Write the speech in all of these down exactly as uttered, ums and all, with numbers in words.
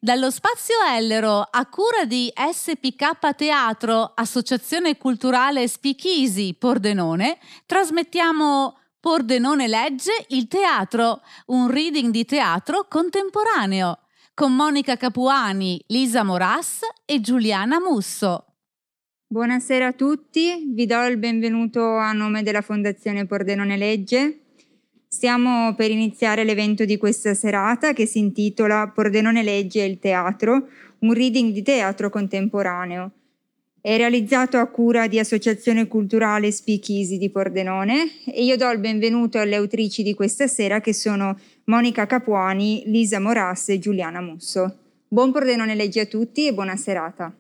Dallo Spazio Ellero, a cura di S P K Teatro, Associazione Culturale Speakeasy Pordenone, trasmettiamo Pordenone Legge il teatro, un reading di teatro contemporaneo, con Monica Capuani, Lisa Moras e Giuliana Musso. Buonasera a tutti, vi do il benvenuto a nome della Fondazione Pordenone Legge. Stiamo per iniziare l'evento di questa serata che si intitola Pordenone Legge il teatro, un reading di teatro contemporaneo. È realizzato a cura di Associazione Culturale Speakeasy di Pordenone e io do il benvenuto alle autrici di questa sera che sono Monica Capuani, Lisa Moras e Giuliana Musso. Buon Pordenone Legge a tutti e buona serata.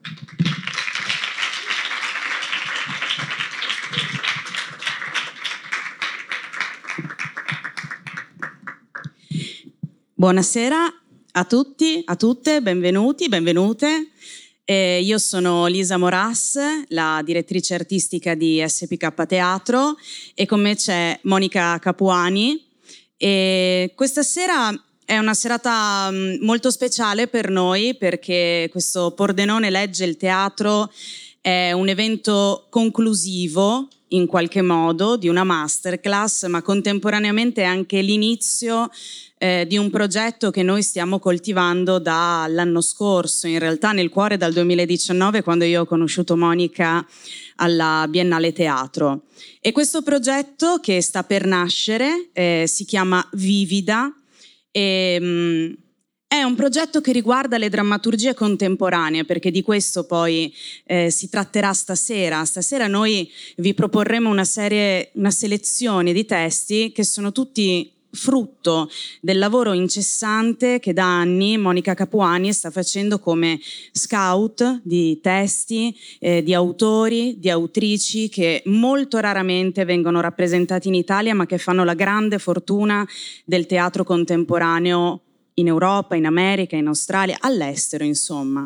Buonasera a tutti, a tutte, benvenuti, benvenute. Eh, io sono Lisa Moras, la direttrice artistica di S P K Teatro, e con me c'è Monica Capuani. E questa sera è una serata molto speciale per noi perché questo Pordenone Legge il teatro è un evento conclusivo in qualche modo di una masterclass, ma contemporaneamente è anche l'inizio eh, di un progetto che noi stiamo coltivando dall'anno scorso, in realtà nel cuore dal duemiladiciannove, quando io ho conosciuto Monica alla Biennale Teatro. E questo progetto che sta per nascere eh, si chiama Vivida e mh, è un progetto che riguarda le drammaturgie contemporanee, perché di questo poi eh, si tratterà stasera. Stasera noi vi proporremo una serie, una selezione di testi che sono tutti frutto del lavoro incessante che da anni Monica Capuani sta facendo come scout di testi, eh, di autori, di autrici che molto raramente vengono rappresentati in Italia, ma che fanno la grande fortuna del teatro contemporaneo in Europa, in America, in Australia, all'estero, insomma.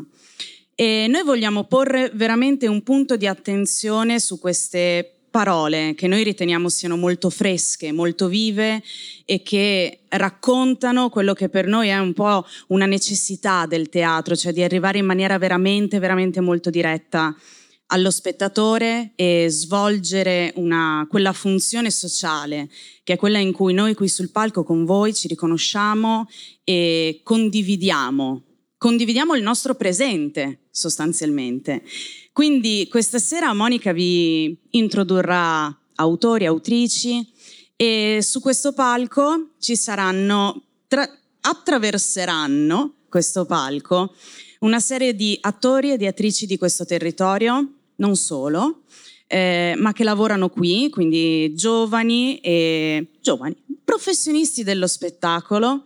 E noi vogliamo porre veramente un punto di attenzione su queste parole che noi riteniamo siano molto fresche, molto vive e che raccontano quello che per noi è un po' una necessità del teatro, cioè di arrivare in maniera veramente, veramente molto diretta allo spettatore e svolgere una, quella funzione sociale che è quella in cui noi qui sul palco con voi ci riconosciamo e condividiamo, condividiamo il nostro presente sostanzialmente. Quindi questa sera Monica vi introdurrà autori, autrici e su questo palco ci saranno, tra, attraverseranno questo palco una serie di attori e di attrici di questo territorio, non solo, eh, ma che lavorano qui, quindi giovani e giovani, professionisti dello spettacolo,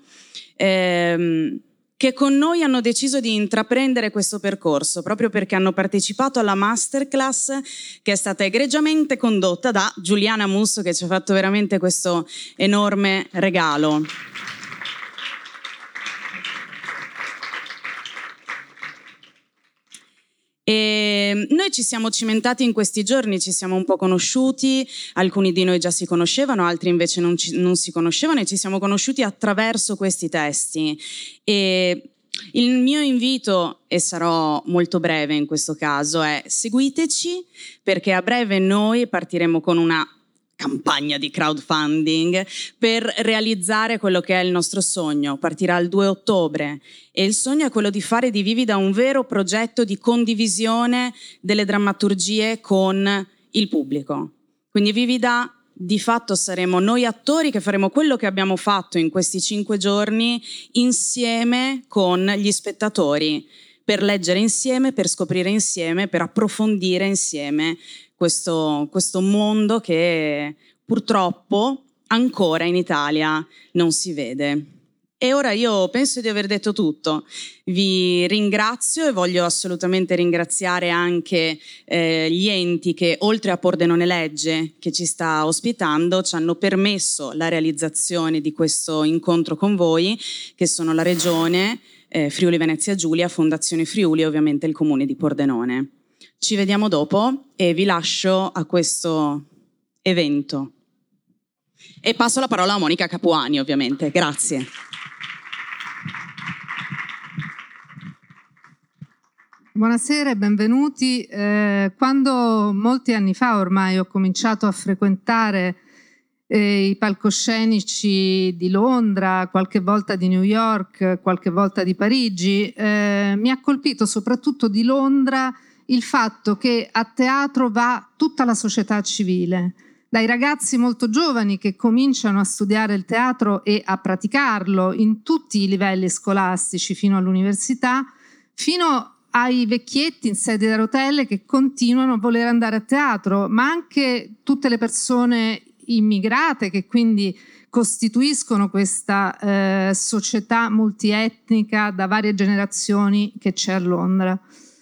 ehm, che con noi hanno deciso di intraprendere questo percorso, proprio perché hanno partecipato alla masterclass che è stata egregiamente condotta da Giuliana Musso, che ci ha fatto veramente questo enorme regalo. E noi ci siamo cimentati in questi giorni, ci siamo un po' conosciuti, alcuni di noi già si conoscevano, altri invece non, ci, non si conoscevano e ci siamo conosciuti attraverso questi testi. E il mio invito, e sarò molto breve in questo caso, è seguiteci perché a breve noi partiremo con una campagna di crowdfunding per realizzare quello che è il nostro sogno. Partirà il due ottobre e il sogno è quello di fare di Vivida un vero progetto di condivisione delle drammaturgie con il pubblico. Quindi Vivida di fatto saremo noi attori che faremo quello che abbiamo fatto in questi cinque giorni insieme con gli spettatori, per leggere insieme, per scoprire insieme, per approfondire insieme questo, questo mondo che purtroppo ancora in Italia non si vede. E ora io penso di aver detto tutto. Vi ringrazio e voglio assolutamente ringraziare anche eh, gli enti che, oltre a Pordenone Legge, che ci sta ospitando, ci hanno permesso la realizzazione di questo incontro con voi, che sono la Regione, eh, Friuli Venezia Giulia, Fondazione Friuli e ovviamente il Comune di Pordenone. Ci vediamo dopo e vi lascio a questo evento. E passo la parola a Monica Capuani, ovviamente. Grazie. Buonasera e benvenuti. Eh, quando molti anni fa ormai ho cominciato a frequentare eh, i palcoscenici di Londra, qualche volta di New York, qualche volta di Parigi, eh, mi ha colpito soprattutto di Londra il fatto che a teatro va tutta la società civile, dai ragazzi molto giovani che cominciano a studiare il teatro e a praticarlo in tutti i livelli scolastici fino all'università, fino ai vecchietti in sedia a rotelle che continuano a voler andare a teatro, ma anche tutte le persone immigrate che quindi costituiscono questa eh, società multietnica da varie generazioni che c'è a Londra.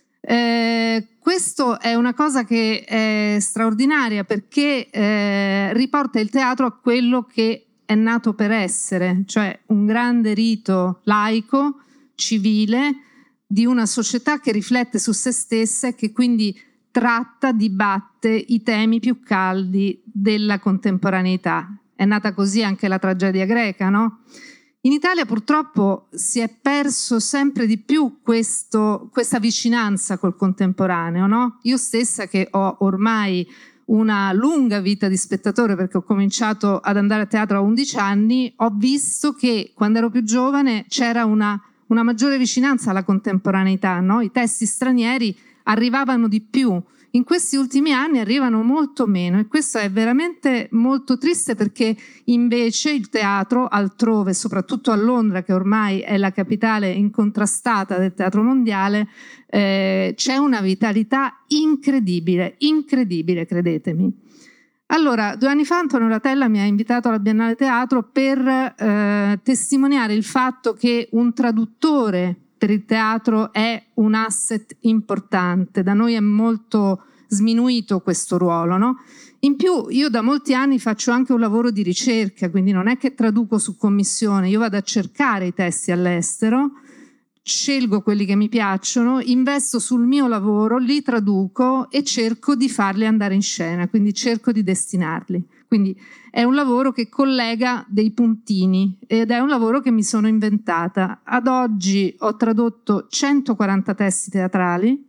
Eh, questo è una cosa che è straordinaria perché eh, riporta il teatro a quello che è nato per essere, cioè un grande rito laico, civile, di una società che riflette su se stessa e che quindi tratta, dibatte i temi più caldi della contemporaneità. È nata così anche la tragedia greca, no? In Italia purtroppo si è perso sempre di più questo, questa vicinanza col contemporaneo, no? Io stessa, che ho ormai una lunga vita di spettatore perché ho cominciato ad andare a teatro a undici anni, ho visto che quando ero più giovane c'era una una maggiore vicinanza alla contemporaneità, no? I testi stranieri arrivavano di più, in questi ultimi anni arrivano molto meno e questo è veramente molto triste perché invece il teatro altrove, soprattutto a Londra che ormai è la capitale incontrastata del teatro mondiale, eh, c'è una vitalità incredibile, incredibile, credetemi. Allora, due anni fa Antonio Latella mi ha invitato alla Biennale Teatro per eh, testimoniare il fatto che un traduttore per il teatro è un asset importante. Da noi è molto sminuito questo ruolo, no? In più io da molti anni faccio anche un lavoro di ricerca, quindi non è che traduco su commissione, io vado a cercare i testi all'estero, scelgo quelli che mi piacciono, investo sul mio lavoro, li traduco e cerco di farli andare in scena, quindi cerco di destinarli. Quindi è un lavoro che collega dei puntini ed è un lavoro che mi sono inventata. Ad oggi ho tradotto centoquaranta testi teatrali,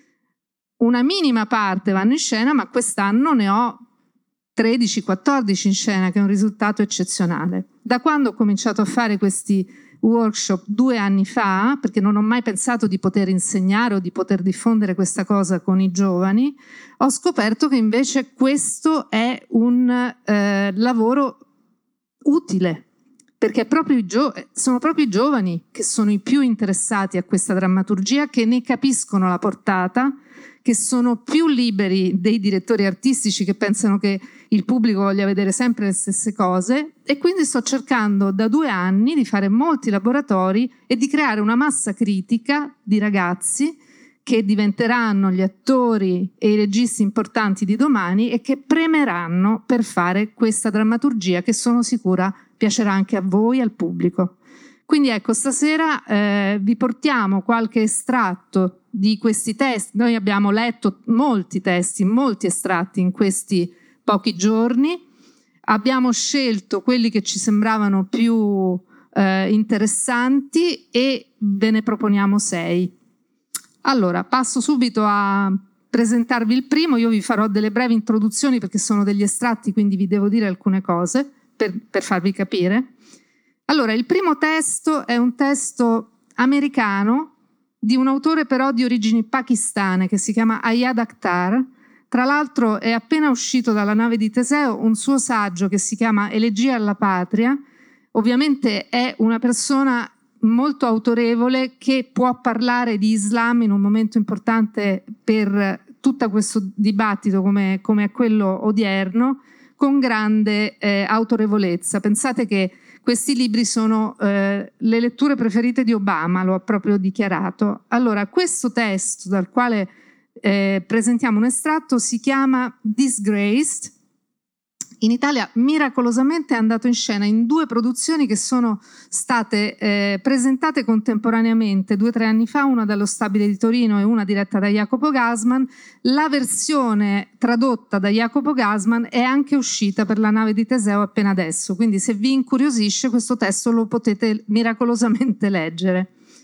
una minima parte vanno in scena, ma quest'anno ne ho tredici quattordici in scena, che è un risultato eccezionale. Da quando ho cominciato a fare questi workshop due anni fa, perché non ho mai pensato di poter insegnare o di poter diffondere questa cosa con i giovani, ho scoperto che invece questo è un eh, lavoro utile, perché è proprio i gio- sono proprio i giovani che sono i più interessati a questa drammaturgia, che ne capiscono la portata, che sono più liberi dei direttori artistici che pensano che il pubblico voglia vedere sempre le stesse cose, e quindi sto cercando da due anni di fare molti laboratori e di creare una massa critica di ragazzi che diventeranno gli attori e i registi importanti di domani e che premeranno per fare questa drammaturgia che sono sicura piacerà anche a voi e al pubblico. Quindi ecco, stasera eh, vi portiamo qualche estratto di questi testi. Noi abbiamo letto molti testi, molti estratti in questi pochi giorni. Abbiamo scelto quelli che ci sembravano più eh, interessanti e ve ne proponiamo sei. Allora, passo subito a presentarvi il primo. Io vi farò delle brevi introduzioni perché sono degli estratti, quindi vi devo dire alcune cose per, per farvi capire. Allora, il primo testo è un testo americano di un autore però di origini pakistane che si chiama Ayad Akhtar. Tra l'altro è appena uscito dalla nave di Teseo un suo saggio che si chiama Elegia alla patria. Ovviamente è una persona molto autorevole che può parlare di Islam in un momento importante per tutto questo dibattito come, come è quello odierno, con grande eh, autorevolezza. Pensate che questi libri sono eh, le letture preferite di Obama, lo ha proprio dichiarato. Allora, questo testo dal quale eh, presentiamo un estratto si chiama Disgraced. In Italia miracolosamente è andato in scena in due produzioni che sono state eh, presentate contemporaneamente due o tre anni fa, una dallo Stabile di Torino e una diretta da Jacopo Gassman. La versione tradotta da Jacopo Gassman è anche uscita per la nave di Teseo appena adesso, quindi se vi incuriosisce questo testo lo potete miracolosamente leggere.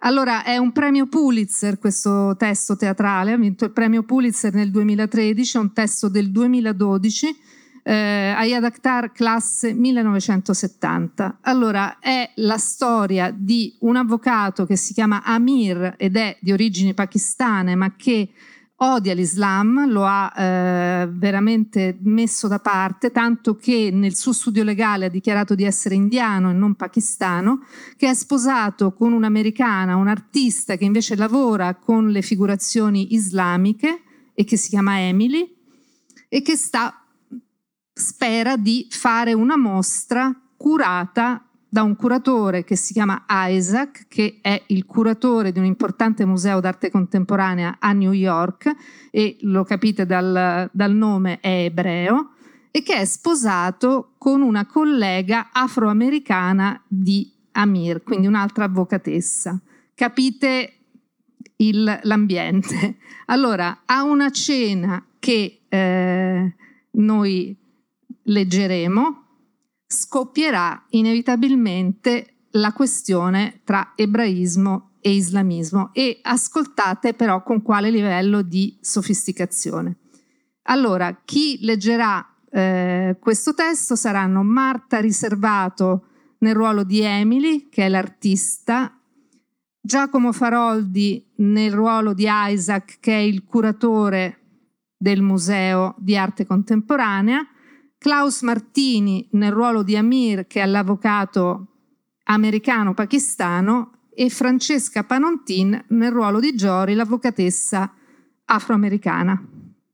Allora, è un premio Pulitzer questo testo teatrale, ha vinto il premio Pulitzer nel duemilatredici, è un testo del duemiladodici, eh, Ayad Akhtar, classe millenovecentosettanta. Allora, è la storia di un avvocato che si chiama Amir ed è di origini pakistane, ma che odia l'Islam, lo ha eh, veramente messo da parte, tanto che nel suo studio legale ha dichiarato di essere indiano e non pakistano, che è sposato con un'americana, un'artista che invece lavora con le figurazioni islamiche e che si chiama Emily e che sta, spera di fare una mostra curata da un curatore che si chiama Isaac, che è il curatore di un importante museo d'arte contemporanea a New York, e lo capite dal, dal nome, è ebreo, e che è sposato con una collega afroamericana di Amir, quindi un'altra avvocatessa. Capite il, l'ambiente. Allora, a una cena che eh, noi leggeremo, scoppierà inevitabilmente la questione tra ebraismo e islamismo, e ascoltate però con quale livello di sofisticazione. Allora, chi leggerà eh, questo testo saranno Marta Riservato nel ruolo di Emily, che è l'artista, Giacomo Faroldi nel ruolo di Isaac, che è il curatore del Museo di Arte Contemporanea, Klaus Martini nel ruolo di Amir, che è l'avvocato americano-pakistano, e Francesca Panontin nel ruolo di Giori, l'avvocatessa afroamericana.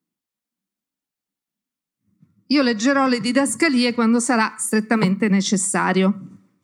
Io leggerò le didascalie quando sarà strettamente necessario.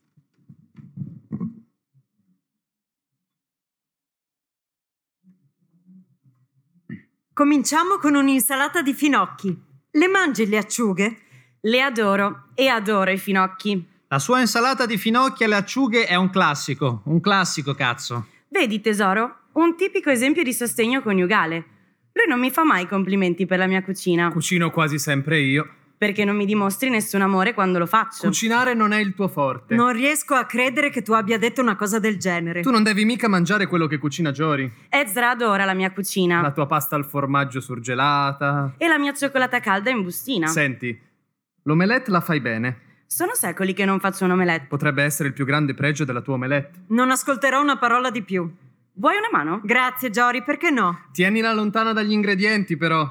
Cominciamo con un'insalata di finocchi. Le mangi le acciughe? Le adoro e adoro i finocchi. La sua insalata di finocchi alle acciughe è un classico, un classico cazzo. Vedi tesoro, un tipico esempio di sostegno coniugale. Lui non mi fa mai complimenti per la mia cucina. Cucino quasi sempre io. Perché non mi dimostri nessun amore quando lo faccio. Cucinare non è il tuo forte. Non riesco a credere che tu abbia detto una cosa del genere. Tu non devi mica mangiare quello che cucina Giori. Ezra adora la mia cucina. La tua pasta al formaggio surgelata. E la mia cioccolata calda in bustina. Senti, l'omelette la fai bene. Sono secoli che non faccio un omelette. Potrebbe essere il più grande pregio della tua omelette. Non ascolterò una parola di più. Vuoi una mano? Grazie, Giori, perché no? Tienila lontana dagli ingredienti, però.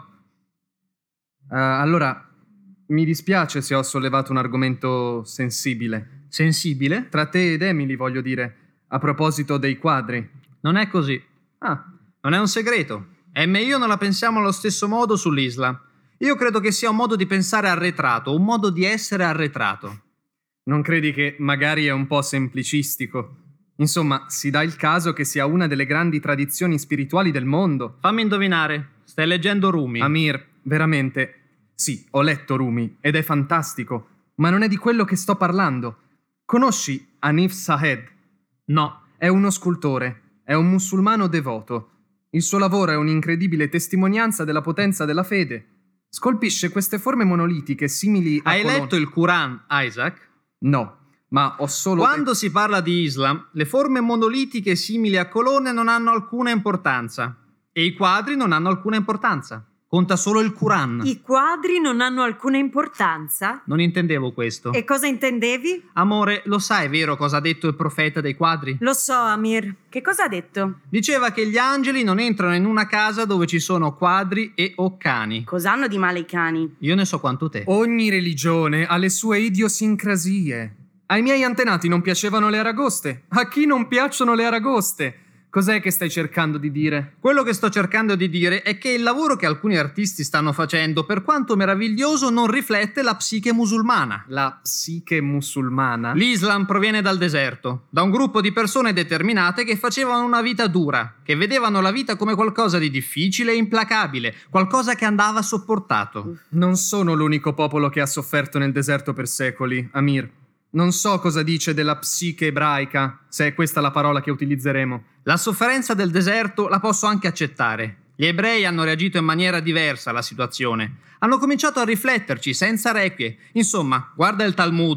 Uh, allora, mi dispiace se ho sollevato un argomento sensibile. Sensibile? Tra te ed Emily, voglio dire, a proposito dei quadri. Non è così. Ah. Non è un segreto. Em e io non la pensiamo allo stesso modo sull'Islam. Io credo che sia un modo di pensare arretrato, un modo di essere arretrato. Non credi che magari è un po' semplicistico? Insomma, si dà il caso che sia una delle grandi tradizioni spirituali del mondo. Fammi indovinare, stai leggendo Rumi. Amir, veramente, sì, ho letto Rumi ed è fantastico, ma non è di quello che sto parlando. Conosci Hanif Sahed? No. È uno scultore, è un musulmano devoto. Il suo lavoro è un'incredibile testimonianza della potenza della fede. Scolpisce queste forme monolitiche simili a... Hai colonne. letto il Quran, Isaac? No, ma ho solo... Quando si parla di Islam, le forme monolitiche simili a colonne non hanno alcuna importanza. E i quadri non hanno alcuna importanza. Conta solo il Quran. I quadri non hanno alcuna importanza? Non intendevo questo. E cosa intendevi? Amore, lo sai, vero, cosa ha detto il profeta dei quadri? Lo so, Amir. Che cosa ha detto? Diceva che gli angeli non entrano in una casa dove ci sono quadri e o cani. Cosa hanno di male i cani? Io ne so quanto te. Ogni religione ha le sue idiosincrasie. Ai miei antenati non piacevano le aragoste. A chi non piacciono le aragoste? Cos'è che stai cercando di dire? Quello che sto cercando di dire è che il lavoro che alcuni artisti stanno facendo, per quanto meraviglioso, non riflette la psiche musulmana. La psiche musulmana? L'Islam proviene dal deserto, da un gruppo di persone determinate che facevano una vita dura, che vedevano la vita come qualcosa di difficile e implacabile, qualcosa che andava sopportato. Non sono l'unico popolo che ha sofferto nel deserto per secoli, Amir. Non so cosa dice della psiche ebraica, se è questa la parola che utilizzeremo. La sofferenza del deserto la posso anche accettare. Gli ebrei hanno reagito in maniera diversa alla situazione. Hanno cominciato a rifletterci senza requie. Insomma, guarda il Talmud.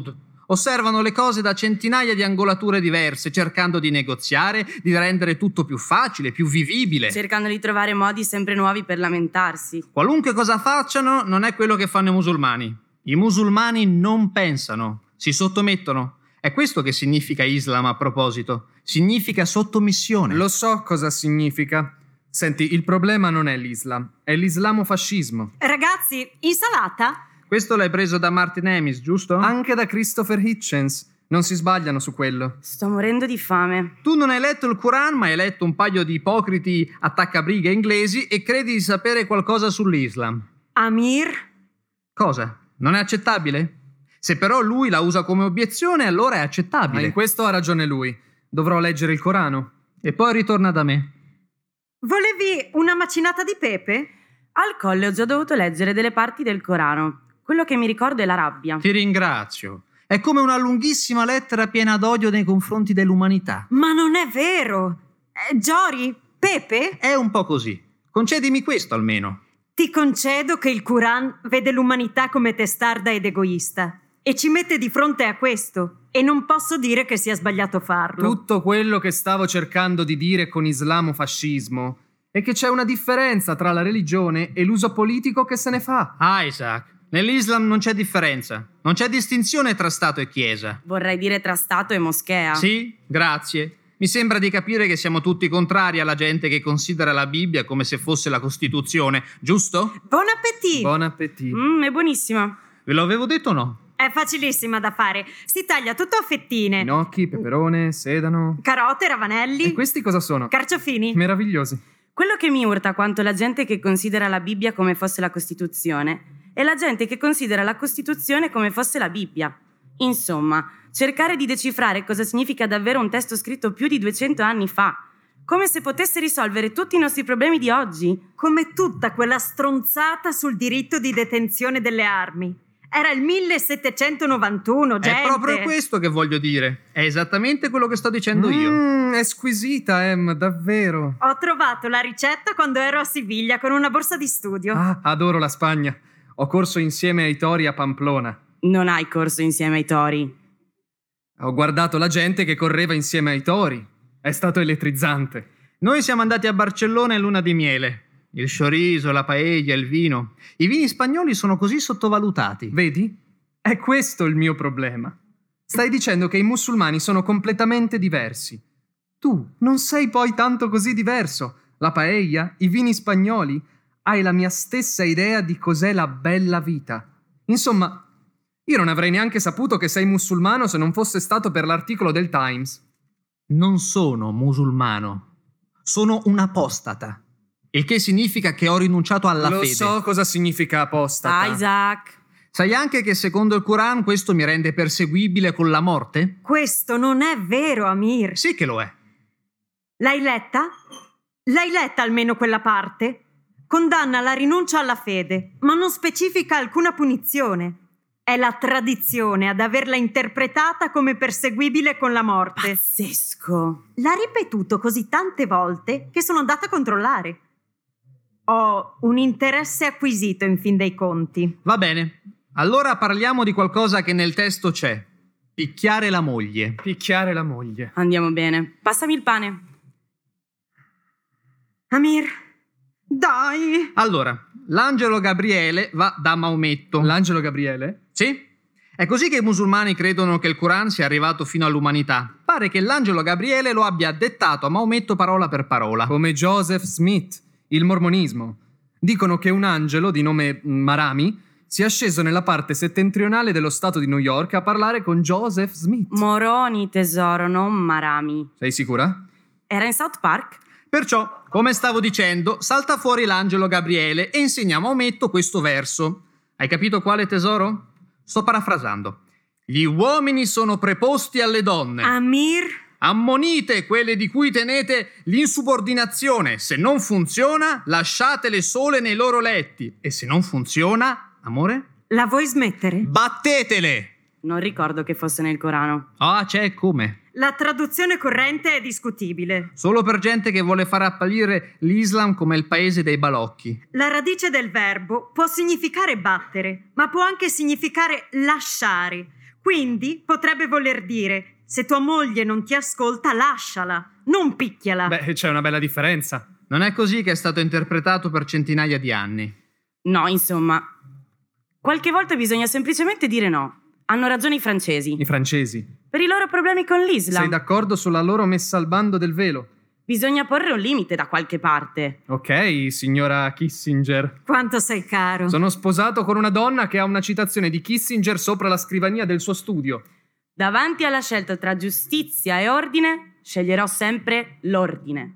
Osservano le cose da centinaia di angolature diverse, cercando di negoziare, di rendere tutto più facile, più vivibile. Cercando di trovare modi sempre nuovi per lamentarsi. Qualunque cosa facciano non è quello che fanno i musulmani. I musulmani non pensano, si sottomettono. È questo che significa Islam a proposito. Significa sottomissione. Lo so cosa significa. Senti, il problema non è l'Islam, è l'islamofascismo. Ragazzi, insalata? Questo l'hai preso da Martin Amis, giusto? Anche da Christopher Hitchens. Non si sbagliano su quello. Sto morendo di fame. Tu non hai letto il Quran, ma hai letto un paio di ipocriti attaccabrighe inglesi e credi di sapere qualcosa sull'Islam. Amir? Cosa? Non è accettabile? Se però lui la usa come obiezione, allora è Ma accettabile. in questo ha ragione lui. Dovrò leggere il Corano. E poi ritorna da me. Volevi una macinata di pepe? Al colle ho già dovuto leggere delle parti del Corano. Quello che mi ricordo è la rabbia. Ti ringrazio. È come una lunghissima lettera piena d'odio nei confronti dell'umanità. Ma non è vero! Eh, Giori, pepe? È un po' così. Concedimi questo almeno. Ti concedo che il Quran vede l'umanità come testarda ed egoista e ci mette di fronte a questo, e non posso dire che sia sbagliato farlo. Tutto quello che stavo cercando di dire con islamofascismo è che c'è una differenza tra la religione e l'uso politico che se ne fa. Isaac, nell'Islam non c'è differenza. Non c'è distinzione tra Stato e Chiesa. Vorrei dire tra Stato e moschea. Sì, grazie. Mi sembra di capire che siamo tutti contrari alla gente che considera la Bibbia come se fosse la Costituzione, giusto? Buon appetito! Buon appetito. Mmm, è buonissima. Ve lo avevo detto o no? È facilissima da fare. Si taglia tutto a fettine. Gnocchi, peperone, sedano. Carote, ravanelli. E questi cosa sono? Carciofini. Meravigliosi. Quello che mi urta quanto la gente che considera la Bibbia come fosse la Costituzione è la gente che considera la Costituzione come fosse la Bibbia. Insomma, cercare di decifrare cosa significa davvero un testo scritto più di duecento anni fa, come se potesse risolvere tutti i nostri problemi di oggi. Come tutta quella stronzata sul diritto di detenzione delle armi. Era il millesettecentonovantuno, gente. È proprio questo che voglio dire. È esattamente quello che sto dicendo io. Mmm, è squisita, Em, davvero. Ho trovato la ricetta quando ero a Siviglia con una borsa di studio. Ah, adoro la Spagna. Ho corso insieme ai tori a Pamplona. Non hai corso insieme ai tori. Ho guardato la gente che correva insieme ai tori. È stato elettrizzante. Noi siamo andati a Barcellona in luna di miele. Il chorizo, la paella, il vino. I vini spagnoli sono così sottovalutati. Vedi? È questo il mio problema. Stai dicendo che i musulmani sono completamente diversi. Tu non sei poi tanto così diverso. La paella, i vini spagnoli, hai la mia stessa idea di cos'è la bella vita. Insomma, io non avrei neanche saputo che sei musulmano se non fosse stato per l'articolo del Times. Non sono musulmano. Sono un apostata. Il che significa che ho rinunciato alla Lo fede. so cosa significa apostata. Isaac. Sai anche che secondo il Quran questo mi rende perseguibile con la morte? Questo non è vero, Amir. Sì che lo è. L'hai letta? L'hai letta almeno quella parte? Condanna la rinuncia alla fede, ma non specifica alcuna punizione. È la tradizione ad averla interpretata come perseguibile con la morte. Pazzesco. L'ha ripetuto così tante volte che sono andata a controllare. Ho un interesse acquisito in fin dei conti. Va bene. Allora parliamo di qualcosa che nel testo c'è. Picchiare la moglie. Picchiare la moglie. Andiamo bene. Passami il pane. Amir, dai! Allora, l'angelo Gabriele va da Maometto. L'angelo Gabriele? Sì? È così che i musulmani credono che il Quran sia arrivato fino all'umanità. Pare che l'angelo Gabriele lo abbia dettato a Maometto parola per parola. Come Joseph Smith, il mormonismo. Dicono che un angelo di nome Marami sia sceso nella parte settentrionale dello stato di New York a parlare con Joseph Smith. Moroni, tesoro, non marami. Sei sicura? Era in South Park? Perciò, come stavo dicendo, salta fuori l'angelo Gabriele e insegna a Maometto questo verso. Hai capito quale, tesoro? Sto parafrasando. Gli uomini sono preposti alle donne. Amir? Ammonite quelle di cui tenete l'insubordinazione. Se non funziona, lasciatele sole nei loro letti. E se non funziona, amore? La vuoi smettere? Battetele! Non ricordo che fosse nel Corano. Ah, c'è come? La traduzione corrente è discutibile. Solo per gente che vuole far apparire l'Islam come il paese dei balocchi. La radice del verbo può significare battere, ma può anche significare lasciare. Quindi potrebbe voler dire: se tua moglie non ti ascolta, lasciala, non picchiala. Beh, c'è una bella differenza. Non è così che è stato interpretato per centinaia di anni. No, insomma, qualche volta bisogna semplicemente dire no. Hanno ragione i francesi. I francesi. Per i loro problemi con l'Islam. Sei d'accordo sulla loro messa al bando del velo? Bisogna porre un limite da qualche parte. Ok, signora Kissinger. Quanto sei caro. Sono sposato con una donna che ha una citazione di Kissinger sopra la scrivania del suo studio. Davanti alla scelta tra giustizia e ordine, sceglierò sempre l'ordine.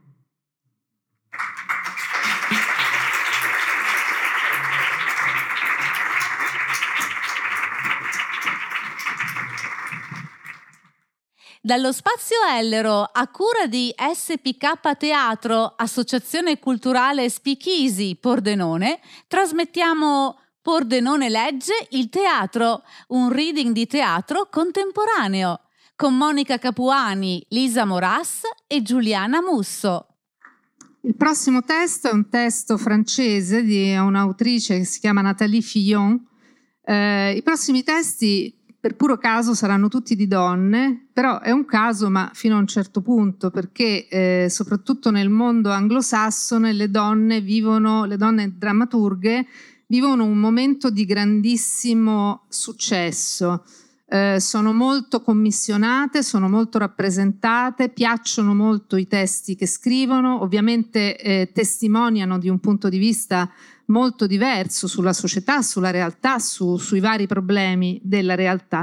Dallo Spazio Ellero, a cura di S P K Teatro, Associazione Culturale Speakeasy Pordenone, trasmettiamo Pordenone Legge, il teatro, un reading di teatro contemporaneo, con Monica Capuani, Lisa Moras e Giuliana Musso. Il prossimo testo è un testo francese di un'autrice che si chiama Nathalie Fillon. Eh, I prossimi testi, per puro caso, saranno tutti di donne, però è un caso, ma fino a un certo punto, perché eh, soprattutto nel mondo anglosassone le donne vivono, le donne drammaturghe vivono un momento di grandissimo successo. Eh, sono molto commissionate, sono molto rappresentate, piacciono molto i testi che scrivono, ovviamente eh, testimoniano di un punto di vista molto diverso sulla società, sulla realtà, su, sui vari problemi della realtà.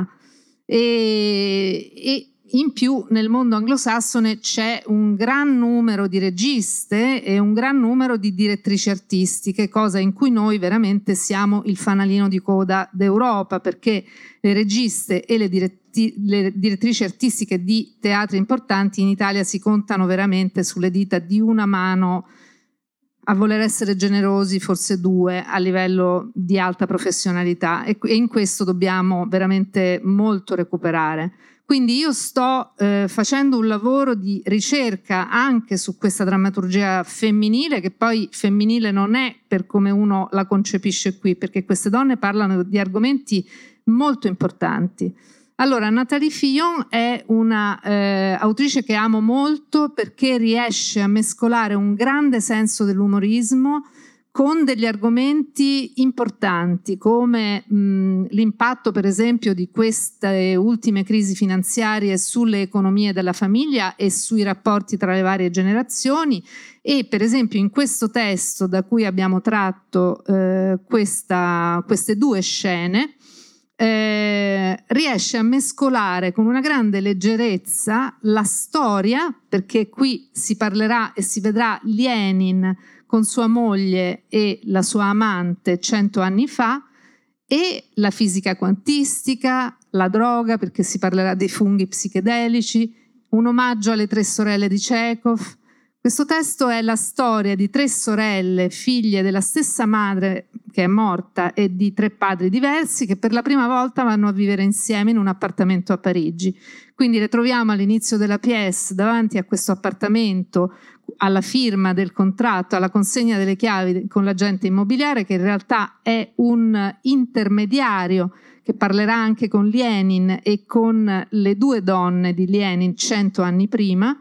E, e in più nel mondo anglosassone c'è un gran numero di registe e un gran numero di direttrici artistiche, cosa in cui noi veramente siamo il fanalino di coda d'Europa, perché le registe e le, diretti, le direttrici artistiche di teatri importanti in Italia si contano veramente sulle dita di una mano, a voler essere generosi forse due, a livello di alta professionalità, e in questo dobbiamo veramente molto recuperare. Quindi io sto eh, facendo un lavoro di ricerca anche su questa drammaturgia femminile, che poi femminile non è per come uno la concepisce qui, perché queste donne parlano di argomenti molto importanti. Allora, Nathalie Fillon è una eh, autrice che amo molto perché riesce a mescolare un grande senso dell'umorismo con degli argomenti importanti, come mh, l'impatto per esempio di queste ultime crisi finanziarie sulle economie della famiglia e sui rapporti tra le varie generazioni. E per esempio in questo testo da cui abbiamo tratto eh, questa, queste due scene, Eh, riesce a mescolare con una grande leggerezza la storia, perché qui si parlerà e si vedrà Lenin con sua moglie e la sua amante cento anni fa, e la fisica quantistica, la droga, perché si parlerà dei funghi psichedelici, un omaggio alle tre sorelle di Chekhov. Questo testo è la storia di tre sorelle, figlie della stessa madre che è morta e di tre padri diversi, che per la prima volta vanno a vivere insieme in un appartamento a Parigi. Quindi le troviamo all'inizio della pièce davanti a questo appartamento, alla firma del contratto, alla consegna delle chiavi con l'agente immobiliare, che in realtà è un intermediario che parlerà anche con Lenin e con le due donne di Lenin cento anni prima,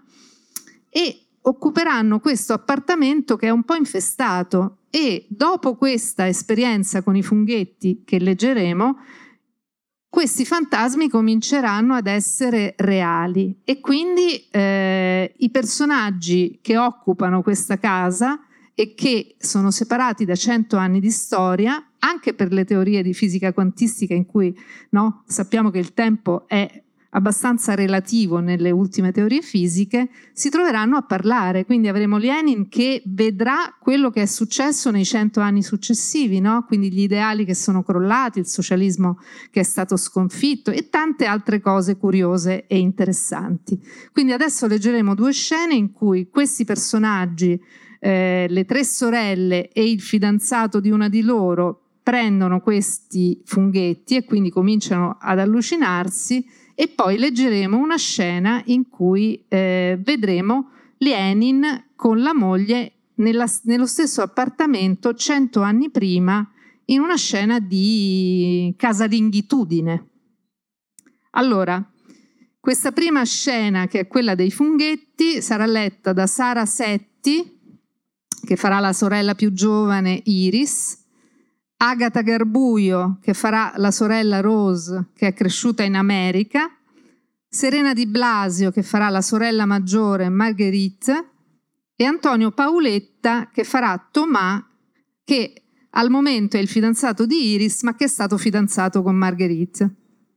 e occuperanno questo appartamento che è un po' infestato, e dopo questa esperienza con i funghetti che leggeremo, questi fantasmi cominceranno ad essere reali, e quindi eh, i personaggi che occupano questa casa e che sono separati da cento anni di storia, anche per le teorie di fisica quantistica in cui no, sappiamo che il tempo è abbastanza relativo nelle ultime teorie fisiche, si troveranno a parlare. Quindi avremo Lenin che vedrà quello che è successo nei cento anni successivi, no? Quindi gli ideali che sono crollati, il socialismo che è stato sconfitto e tante altre cose curiose e interessanti. Quindi adesso leggeremo due scene in cui questi personaggi, eh, le tre sorelle e il fidanzato di una di loro, prendono questi funghetti e quindi cominciano ad allucinarsi. E poi leggeremo una scena in cui eh, vedremo Lenin con la moglie nella, nello stesso appartamento cento anni prima, in una scena di casalingitudine. Allora, questa prima scena, che è quella dei funghetti, sarà letta da Sara Setti, che farà la sorella più giovane Iris, Agata Garbuio, che farà la sorella Rose, che è cresciuta in America, Serena Di Blasio, che farà la sorella maggiore Marguerite, e Antonio Paoletta, che farà Tomà, che al momento è il fidanzato di Iris, ma che è stato fidanzato con Marguerite.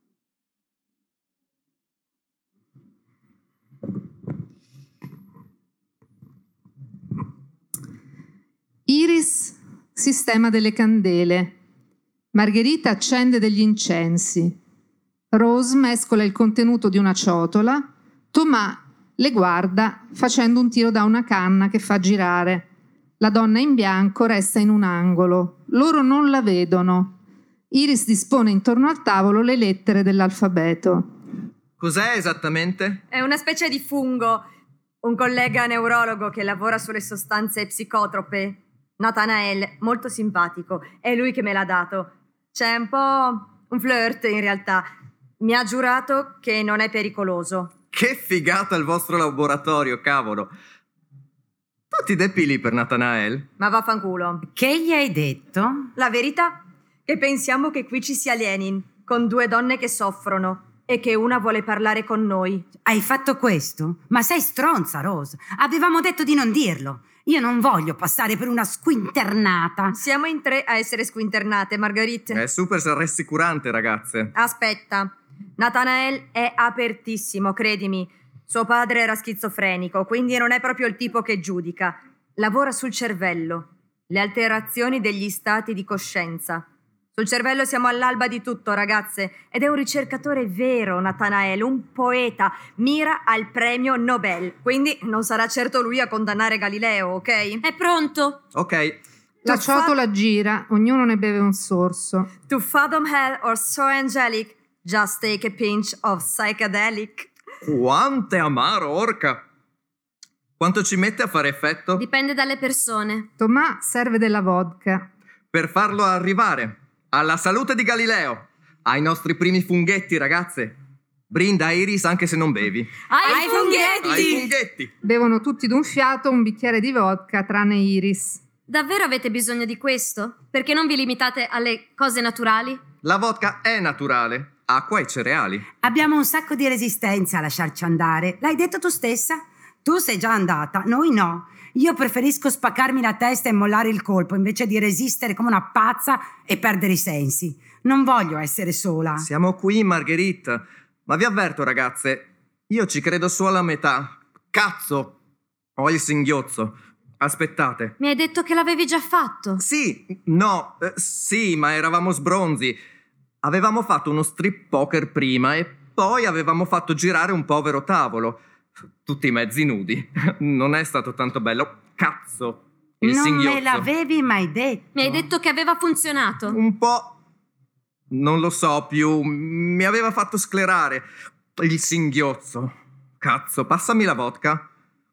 Iris sistema delle candele, Margherita accende degli incensi, Rose mescola il contenuto di una ciotola, Tomà le guarda facendo un tiro da una canna che fa girare. La donna in bianco resta in un angolo, loro non la vedono. Iris dispone intorno al tavolo le lettere dell'alfabeto. Cos'è esattamente? È una specie di fungo. Un collega neurologo che lavora sulle sostanze psicotrope, Nathanael, molto simpatico, è lui che me l'ha dato. C'è un po' un flirt in realtà. Mi ha giurato che non è pericoloso. Che figata il vostro laboratorio, cavolo! Tu ti depili per Nathanael? Ma vaffanculo. Che gli hai detto? La verità? Che pensiamo che qui ci sia Lenin, con due donne che soffrono, e che una vuole parlare con noi. Hai fatto questo? Ma sei stronza, Rose. Avevamo detto di non dirlo. Io non voglio passare per una squinternata. Siamo in tre a essere squinternate, Marguerite. È super rassicurante, ragazze. Aspetta. Nathanael è apertissimo, credimi. Suo padre era schizofrenico, quindi non è proprio il tipo che giudica. Lavora sul cervello, le alterazioni degli stati di coscienza. Sul cervello siamo all'alba di tutto, ragazze, ed è un ricercatore vero, Nathanael, un poeta, mira al premio Nobel. Quindi non sarà certo lui a condannare Galileo, ok? È pronto? Ok. La To ciotola fa- gira, ognuno ne beve un sorso. To fathom hell or so angelic, just take a pinch of psychedelic. Quanto è amaro, orca! Quanto ci mette a fare effetto? Dipende dalle persone. Tomà serve della vodka. Per farlo arrivare alla salute di Galileo, ai nostri primi funghetti, ragazze. Brinda, Iris, anche se non bevi. Ai, Ai funghetti! Ai funghetti! Bevono tutti d'un fiato un bicchiere di vodka, tranne Iris. Davvero avete bisogno di questo? Perché non vi limitate alle cose naturali? La vodka è naturale. Acqua e cereali. Abbiamo un sacco di resistenza a lasciarci andare. L'hai detto tu stessa? Tu sei già andata, noi no. Io preferisco spaccarmi la testa e mollare il colpo invece di resistere come una pazza e perdere i sensi. Non voglio essere sola. Siamo qui, Margherite. Ma vi avverto, ragazze, io ci credo solo a metà. Cazzo! Ho il singhiozzo. Aspettate. Mi hai detto che l'avevi già fatto. Sì, no, eh, sì, ma eravamo sbronzi. Avevamo fatto uno strip poker prima e poi avevamo fatto girare un povero tavolo. Tutti mezzi nudi. Non è stato tanto bello. Cazzo! Il non singhiozzo. me l'avevi mai detto. Mi hai detto che aveva funzionato. Un po'... non lo so più. Mi aveva fatto sclerare. Il singhiozzo. Cazzo, passami la vodka.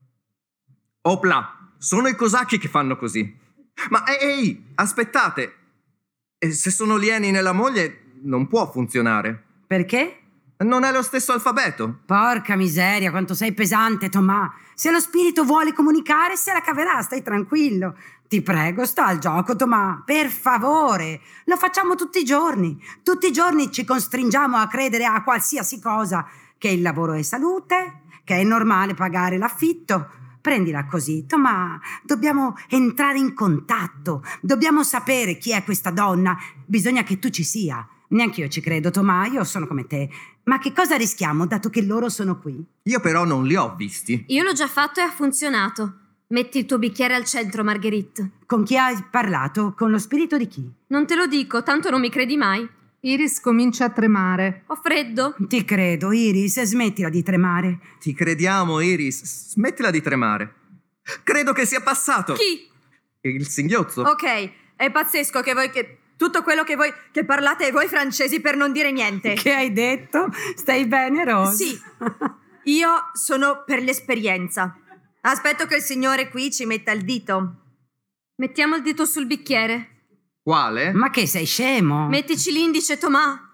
Opla, sono i cosacchi che fanno così. Ma ehi, aspettate. E se sono Lenin e la moglie, non può funzionare. Perché? Non è lo stesso alfabeto. Porca miseria, quanto sei pesante, Tomà. Se lo spirito vuole comunicare, se la caverà, stai tranquillo. Ti prego, sta al gioco, Tomà. Per favore. Lo facciamo tutti i giorni. Tutti i giorni ci costringiamo a credere a qualsiasi cosa. Che il lavoro è salute, che è normale pagare l'affitto. Prendila così, Tomà. Dobbiamo entrare in contatto. Dobbiamo sapere chi è questa donna. Bisogna che tu ci sia. Neanch'io ci credo, Tomà, io sono come te. Ma che cosa rischiamo, dato che loro sono qui? Io però non li ho visti. Io l'ho già fatto e ha funzionato. Metti il tuo bicchiere al centro, Marguerite. Con chi hai parlato? Con lo spirito di chi? Non te lo dico, tanto non mi credi mai. Iris comincia a tremare. Ho freddo. Ti credo, Iris, smettila di tremare. Ti crediamo, Iris. Smettila di tremare. Credo che sia passato. Chi? Il singhiozzo. Ok, è pazzesco che voi che... tutto quello che voi che parlate voi francesi per non dire niente. Che hai detto? Stai bene, Rose? Sì, io sono per l'esperienza. Aspetto che il signore qui ci metta il dito. Mettiamo il dito sul bicchiere. Quale? Ma che sei scemo? Mettici l'indice, Tomà.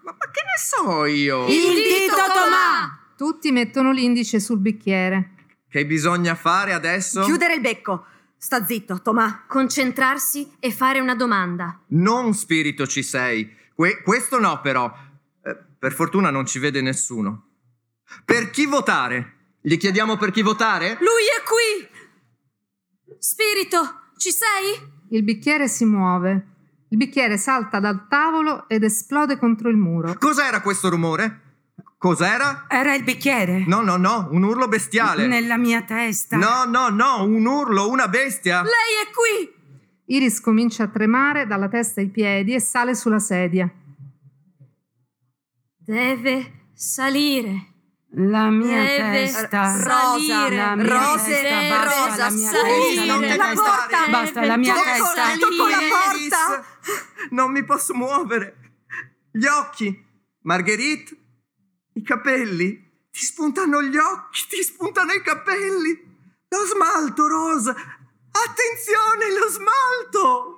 ma, ma che ne so io? Il dito, Tomà! Tutti mettono l'indice sul bicchiere. Che bisogna fare adesso? Chiudere il becco. Sta zitto, Tomà. Concentrarsi e fare una domanda. Non spirito ci sei. Que- questo no, però. Eh, per fortuna non ci vede nessuno. Per chi votare? Gli chiediamo per chi votare? Lui è qui! Spirito, ci sei? Il bicchiere si muove. Il bicchiere salta dal tavolo ed esplode contro il muro. Cos'era questo rumore? Cos'era? Era il bicchiere. No, no, no, un urlo bestiale. Nella mia testa. No, no, no, un urlo, una bestia. Lei è qui! Iris comincia a tremare dalla testa ai piedi e sale sulla sedia. Deve salire. La mia Deve testa. salire. La mia Rose, testa. Basta, Rosa, la mia salire. testa. La mia La testa. porta. Basta, la mia Deve testa. salire. Tocco la Iris, porta. non mi posso muovere. Gli occhi. Marguerite, i capelli. Ti spuntano gli occhi, ti spuntano i capelli. Lo smalto, Rose. Attenzione, lo smalto.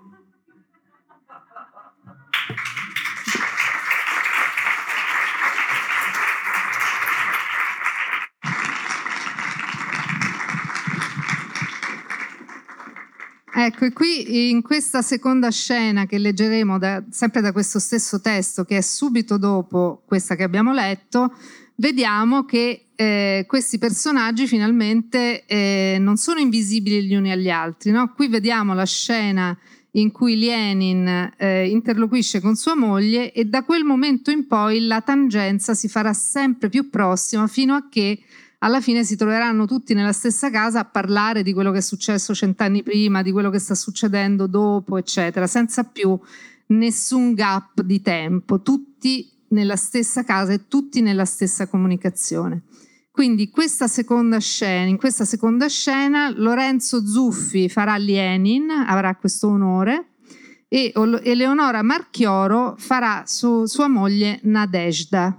Ecco, e qui in questa seconda scena che leggeremo da, sempre da questo stesso testo, che è subito dopo questa che abbiamo letto, vediamo che eh, questi personaggi finalmente eh, non sono invisibili gli uni agli altri, no? Qui vediamo la scena in cui Lenin eh, interloquisce con sua moglie e da quel momento in poi la tangenza si farà sempre più prossima fino a che alla fine si troveranno tutti nella stessa casa a parlare di quello che è successo cent'anni prima, di quello che sta succedendo dopo, eccetera, senza più nessun gap di tempo, tutti nella stessa casa e tutti nella stessa comunicazione. Quindi questa seconda scena, in questa seconda scena Lorenzo Zuffi farà Lenin, avrà questo onore, e Eleonora Marchioro farà su, sua moglie Nadezhda.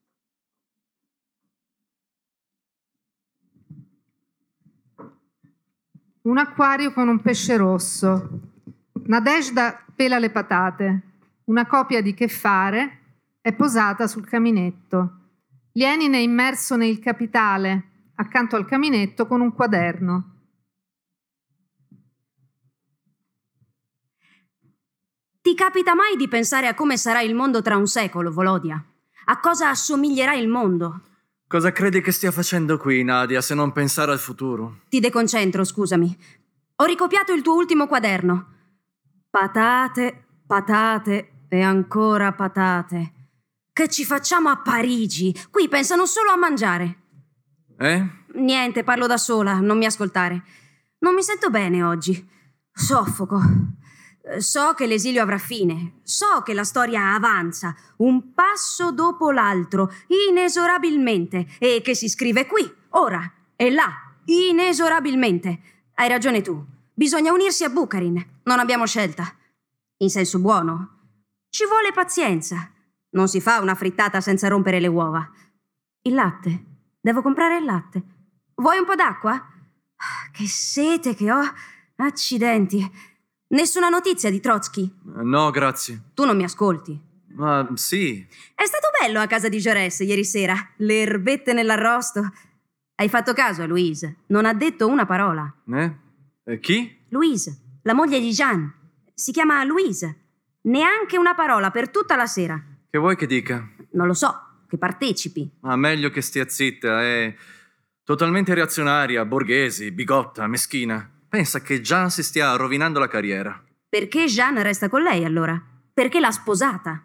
Un acquario con un pesce rosso. Nadezhda pela le patate. Una copia di Che fare è posata sul caminetto. Lenin è immerso nel capitale, accanto al caminetto con un quaderno. Ti capita mai di pensare a come sarà il mondo tra un secolo, Volodia? A cosa assomiglierà il mondo? Cosa credi che stia facendo qui, Nadia, se non pensare al futuro? Ti deconcentro, scusami. Ho ricopiato il tuo ultimo quaderno. Patate, patate e ancora patate. Che ci facciamo a Parigi? Qui pensano solo a mangiare. Eh? Niente, parlo da sola, non mi ascoltare. Non mi sento bene oggi. Soffoco. So che l'esilio avrà fine. So che la storia avanza, un passo dopo l'altro, inesorabilmente, e che si scrive qui, ora e là, inesorabilmente. Hai ragione tu. Bisogna unirsi a Bukharin. Non abbiamo scelta. In senso buono. Ci vuole pazienza. Non si fa una frittata senza rompere le uova. Il latte. Devo comprare il latte. Vuoi un po' d'acqua? Che sete che ho. Accidenti. Nessuna notizia di Trotsky? No, grazie. Tu non mi ascolti. Ma sì. È stato bello a casa di Jaurès ieri sera. Le erbette nell'arrosto. Hai fatto caso a Louise? Non ha detto una parola. Eh? E chi? Louise, la moglie di Jean. Si chiama Louise. Neanche una parola per tutta la sera. Che vuoi che dica? Non lo so, che partecipi. Ma meglio che stia zitta, è totalmente reazionaria, borghese, bigotta, meschina. Pensa che Jean si stia rovinando la carriera. Perché Jean resta con lei allora? Perché l'ha sposata?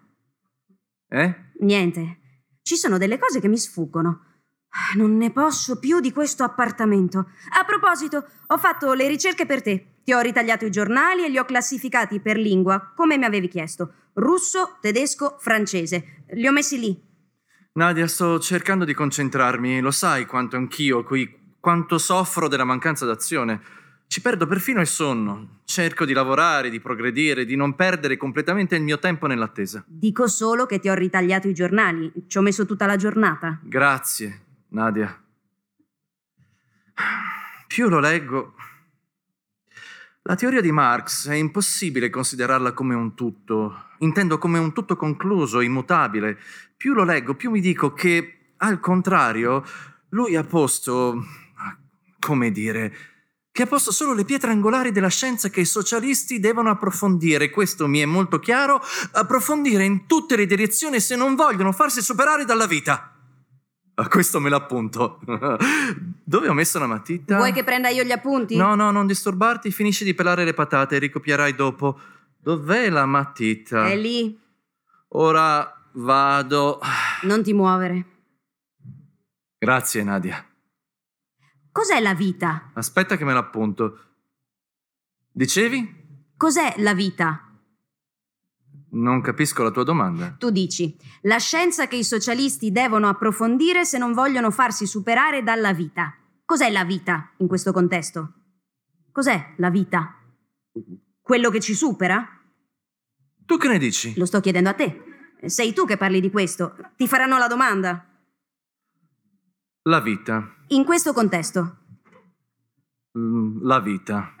Eh? Niente. Ci sono delle cose che mi sfuggono. Non ne posso più di questo appartamento. A proposito, ho fatto le ricerche per te. Ti ho ritagliato i giornali e li ho classificati per lingua, come mi avevi chiesto. Russo, tedesco, francese. Li ho messi lì. Nadia, sto cercando di concentrarmi. Lo sai quanto anch'io qui, quanto soffro della mancanza d'azione. Ci perdo perfino il sonno. Cerco di lavorare, di progredire, di non perdere completamente il mio tempo nell'attesa. Dico solo che ti ho ritagliato i giornali. Ci ho messo tutta la giornata. Grazie, Nadia. Più lo leggo, La teoria di Marx è impossibile considerarla come un tutto. Intendo come un tutto concluso, immutabile. Più lo leggo, più mi dico che, al contrario, lui ha posto, come dire, che ha posto solo le pietre angolari della scienza che i socialisti devono approfondire. Questo mi è molto chiaro, approfondire in tutte le direzioni se non vogliono farsi superare dalla vita. Questo me l'appunto. Dove ho messo la matita? Vuoi che prenda io gli appunti? No, no, non disturbarti, finisci di pelare le patate e ricopierai dopo. Dov'è la matita? È lì. Ora vado. Non ti muovere. Grazie, Nadia. Cos'è la vita? Aspetta che me l'appunto. Dicevi? Cos'è la vita? Non capisco la tua domanda. Tu dici, la scienza che i socialisti devono approfondire se non vogliono farsi superare dalla vita. Cos'è la vita in questo contesto? Cos'è la vita? Quello che ci supera? Tu che ne dici? Lo sto chiedendo a te. Sei tu che parli di questo. Ti faranno la domanda. La vita. In questo contesto. Mm, la vita.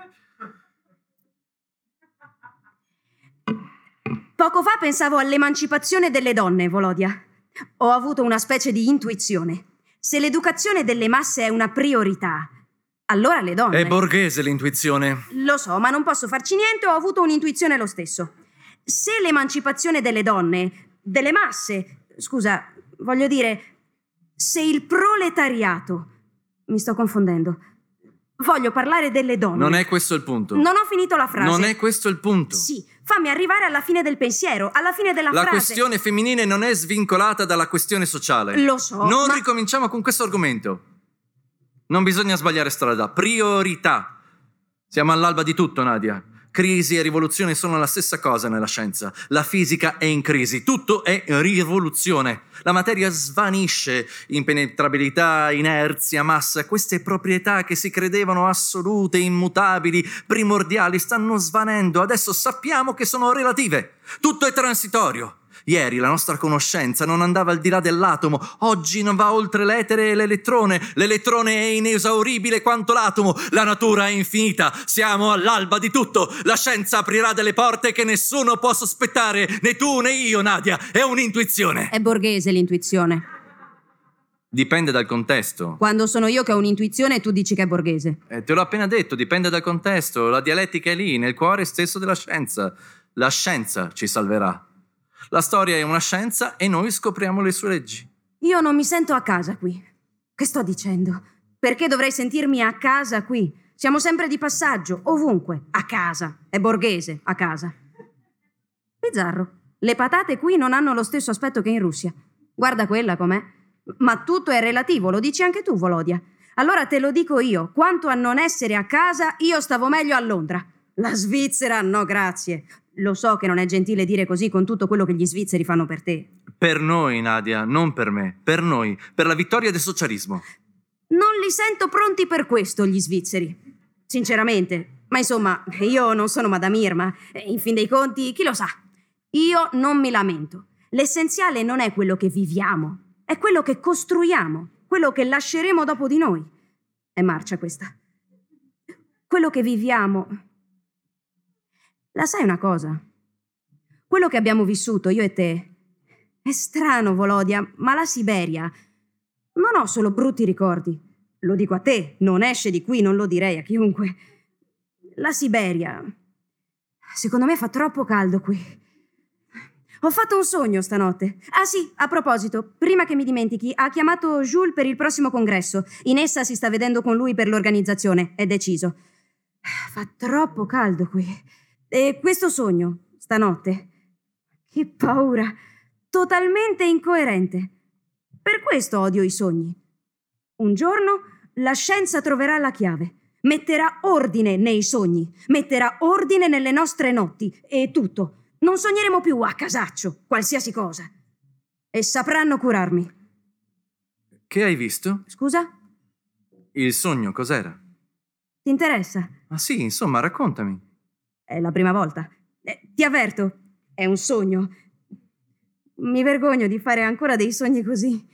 Poco fa pensavo all'emancipazione delle donne, Volodia. Ho avuto una specie di intuizione. Se l'educazione delle masse è una priorità, allora le donne... È borghese l'intuizione. Lo so, ma non posso farci niente, ho avuto un'intuizione lo stesso. Se l'emancipazione delle donne, delle masse, scusa, voglio dire, se il proletariato... Mi sto confondendo. Voglio parlare delle donne. Non è questo il punto. Non ho finito la frase. Non è questo il punto. Sì, fammi arrivare alla fine del pensiero, alla fine della La frase. La questione femminile non è svincolata dalla questione sociale. Lo so, Non ma... ricominciamo con questo argomento. Non bisogna sbagliare strada. Priorità. Siamo all'alba di tutto, Nadia. Crisi e rivoluzione sono la stessa cosa nella scienza. La fisica è in crisi, tutto è rivoluzione. La materia svanisce, impenetrabilità, inerzia, massa, queste proprietà che si credevano assolute, immutabili, primordiali, stanno svanendo. Adesso sappiamo che sono relative. Tutto è transitorio. Ieri la nostra conoscenza non andava al di là dell'atomo, oggi non va oltre l'etere e l'elettrone. L'elettrone è inesauribile quanto l'atomo, la natura è infinita, siamo all'alba di tutto. La scienza aprirà delle porte che nessuno può sospettare, né tu né io, Nadia, è un'intuizione. È borghese l'intuizione. Dipende dal contesto. Quando sono io che ho un'intuizione, tu dici che è borghese. Eh, te l'ho appena detto, dipende dal contesto, la dialettica è lì, nel cuore stesso della scienza. La scienza ci salverà. La storia è una scienza e noi scopriamo le sue leggi. Io non mi sento a casa qui. Che sto dicendo? Perché dovrei sentirmi a casa qui? Siamo sempre di passaggio, ovunque. A casa. È borghese, a casa. Bizzarro. Le patate qui non hanno lo stesso aspetto che in Russia. Guarda quella com'è. Ma tutto è relativo, lo dici anche tu, Volodia. Allora te lo dico io. Quanto a non essere a casa, io stavo meglio a Londra. La Svizzera, no grazie. Lo so che non è gentile dire così con tutto quello che gli svizzeri fanno per te. Per noi, Nadia, non per me. Per noi, per la vittoria del socialismo. Non li sento pronti per questo, gli svizzeri. Sinceramente. Ma insomma, io non sono Madame Irma. In fin dei conti, chi lo sa? Io non mi lamento. L'essenziale non è quello che viviamo, è quello che costruiamo, quello che lasceremo dopo di noi. È marcia questa. Quello che viviamo... La sai una cosa? Quello che abbiamo vissuto, io e te, è strano, Volodia, ma la Siberia... Non ho solo brutti ricordi. Lo dico a te, non esce di qui, non lo direi a chiunque. La Siberia... Secondo me fa troppo caldo qui. Ho fatto un sogno stanotte. Ah sì, a proposito, prima che mi dimentichi, ha chiamato Jules per il prossimo congresso. In essa si sta vedendo con lui per l'organizzazione, è deciso. Fa troppo caldo qui. E questo sogno, stanotte, che paura, totalmente incoerente. Per questo odio i sogni. Un giorno la scienza troverà la chiave, metterà ordine nei sogni, metterà ordine nelle nostre notti e tutto. Non sogneremo più a casaccio, qualsiasi cosa. E sapranno curarmi. Che hai visto? Scusa? Il sogno cos'era? Ti interessa? Ah sì, insomma, raccontami. È la prima volta. Eh, ti avverto, è un sogno. Mi vergogno di fare ancora dei sogni così.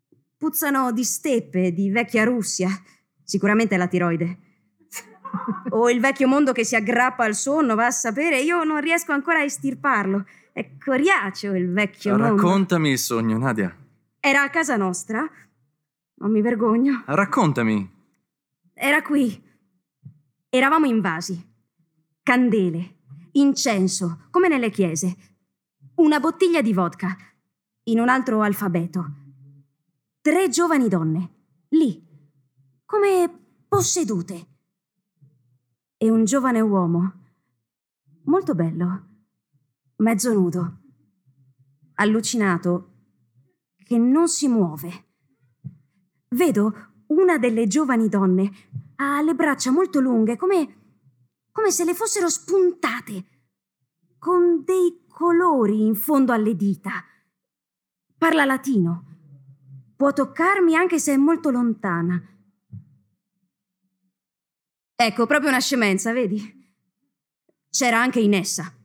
Puzzano di steppe, di vecchia Russia. Sicuramente è la tiroide. O il vecchio mondo che si aggrappa al sonno, va a sapere, io non riesco ancora a estirparlo. È coriaceo il vecchio mondo. Raccontami il sogno, Nadia. Era a casa nostra? Non mi vergogno. Raccontami. Era qui. Eravamo invasi. Candele, incenso, come nelle chiese. Una bottiglia di vodka, in un altro alfabeto. Tre giovani donne, lì, come possedute. E un giovane uomo, molto bello, mezzo nudo, allucinato, che non si muove. Vedo una delle giovani donne ha le braccia molto lunghe, come, come se le fossero spuntate, con dei colori in fondo alle dita. Parla latino. Può toccarmi anche se è molto lontana. Ecco, proprio una scemenza, vedi? C'era anche in essa.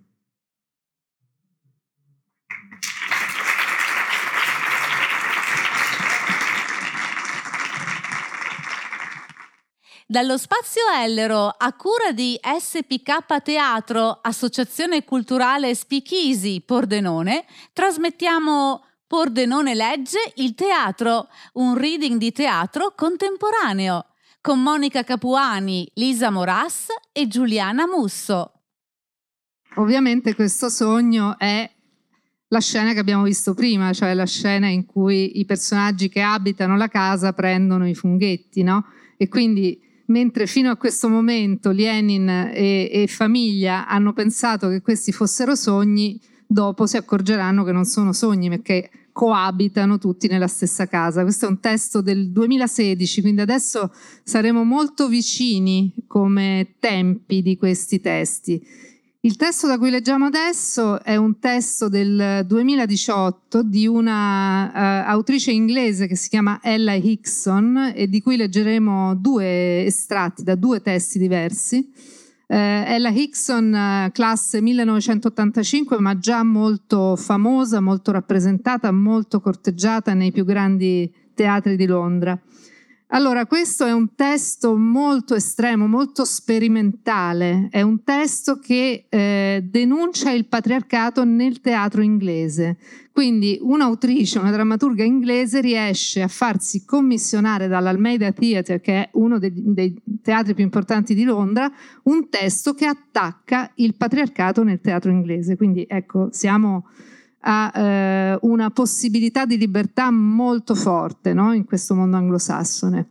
Dallo Spazio Ellero, a cura di S P K Teatro, Associazione Culturale Speakeasy Pordenone, trasmettiamo Pordenone Legge, il teatro, un reading di teatro contemporaneo, con Monica Capuani, Lisa Moras e Giuliana Musso. Ovviamente questo sogno è la scena che abbiamo visto prima, cioè la scena in cui i personaggi che abitano la casa prendono i funghetti, no? E quindi mentre fino a questo momento Lenin e, e famiglia hanno pensato che questi fossero sogni, dopo si accorgeranno che non sono sogni perché coabitano tutti nella stessa casa. Questo è un testo del duemilasedici, quindi adesso saremo molto vicini come tempi di questi testi. Il testo da cui leggiamo adesso è un testo del duemiladiciotto di una uh, autrice inglese che si chiama Ella Hickson e di cui leggeremo due estratti da due testi diversi. Uh, Ella Hickson, uh, classe millenovecentottantacinque, ma già molto famosa, molto rappresentata, molto corteggiata nei più grandi teatri di Londra. Allora, questo è un testo molto estremo, molto sperimentale, è un testo che eh, denuncia il patriarcato nel teatro inglese. Quindi un'autrice, una drammaturga inglese riesce a farsi commissionare dall'Almeida Theatre, che è uno dei, dei teatri più importanti di Londra, un testo che attacca il patriarcato nel teatro inglese. Quindi ecco, siamo a eh, una possibilità di libertà molto forte, no? In questo mondo anglosassone.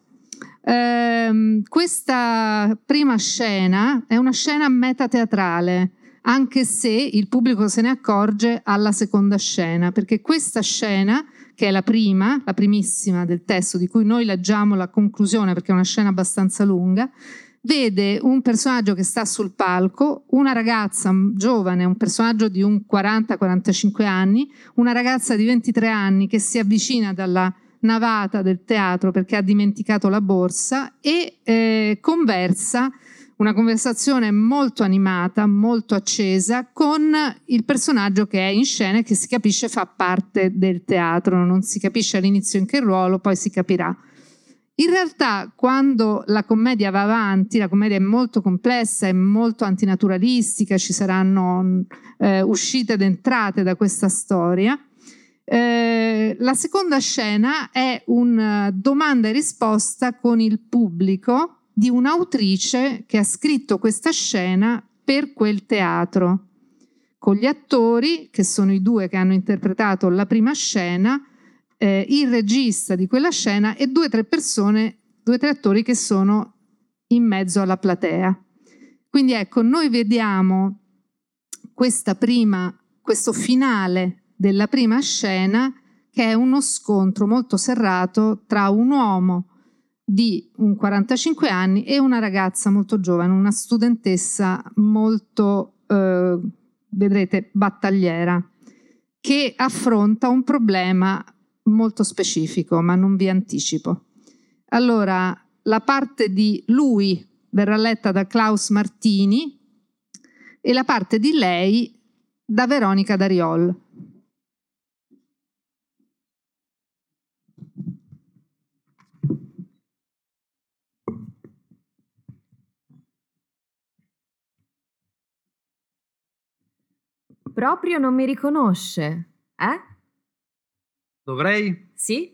Eh, questa prima scena è una scena metateatrale, anche se il pubblico se ne accorge alla seconda scena, perché questa scena, che è la prima, la primissima del testo, di cui noi leggiamo la conclusione perché è una scena abbastanza lunga, vede un personaggio che sta sul palco, una ragazza giovane, un personaggio di un quaranta quarantacinque anni, una ragazza di ventitré anni che si avvicina dalla navata del teatro perché ha dimenticato la borsa e eh, conversa, una conversazione molto animata, molto accesa con il personaggio che è in scena e che si capisce fa parte del teatro, non si capisce all'inizio in che ruolo, poi si capirà. In realtà, quando la commedia va avanti, la commedia è molto complessa, è molto antinaturalistica, ci saranno eh, uscite ed entrate da questa storia. Eh, la seconda scena è una domanda e risposta con il pubblico di un'autrice che ha scritto questa scena per quel teatro, con gli attori, che sono i due che hanno interpretato la prima scena, Eh, il regista di quella scena e due o tre persone, due o tre attori che sono in mezzo alla platea. Quindi ecco, noi vediamo questa prima, questo finale della prima scena che è uno scontro molto serrato tra un uomo di un quarantacinque anni e una ragazza molto giovane, una studentessa molto, eh, vedrete, battagliera, che affronta un problema molto specifico, ma non vi anticipo. Allora, la parte di lui verrà letta da Klaus Martini e la parte di lei da Veronica Dariol. proprio non mi riconosce, eh? Dovrei? Sì?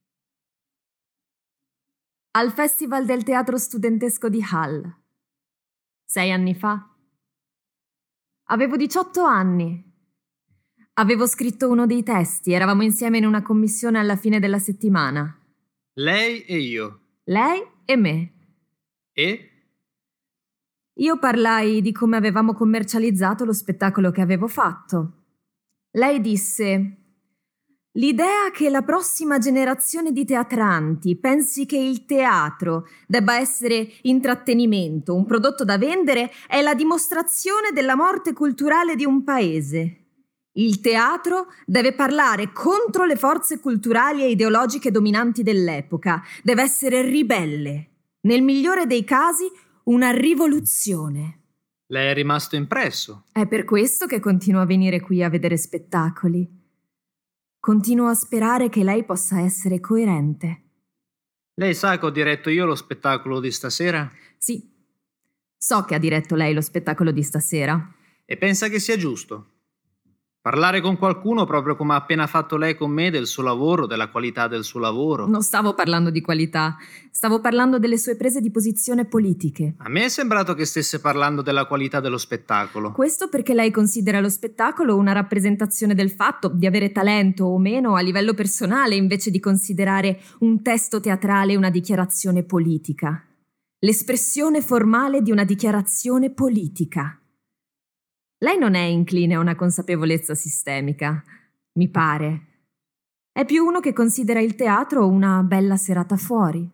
Al Festival del Teatro Studentesco di Hall. Sei anni fa. Avevo diciotto anni. Avevo scritto uno dei testi, eravamo insieme in una commissione alla fine della settimana. Lei e io. Lei e me. E? Io parlai di come avevamo commercializzato lo spettacolo che avevo fatto. Lei disse: l'idea che la prossima generazione di teatranti pensi che il teatro debba essere intrattenimento, un prodotto da vendere, è la dimostrazione della morte culturale di un paese. Il teatro deve parlare contro le forze culturali e ideologiche dominanti dell'epoca, deve essere ribelle. Nel migliore dei casi, una rivoluzione. Lei è rimasto impresso. È per questo che continuo a venire qui a vedere spettacoli. Continuo a sperare che lei possa essere coerente. Lei sa che ho diretto io lo spettacolo di stasera? Sì, so che ha diretto lei lo spettacolo di stasera. E pensa che sia giusto? Parlare con qualcuno proprio come ha appena fatto lei con me del suo lavoro, della qualità del suo lavoro. Non stavo parlando di qualità, stavo parlando delle sue prese di posizione politiche. A me è sembrato che stesse parlando della qualità dello spettacolo. Questo perché lei considera lo spettacolo una rappresentazione del fatto di avere talento o meno a livello personale, invece di considerare un testo teatrale una dichiarazione politica. L'espressione formale di una dichiarazione politica. Lei non è incline a una consapevolezza sistemica, mi pare. È più uno che considera il teatro una bella serata fuori.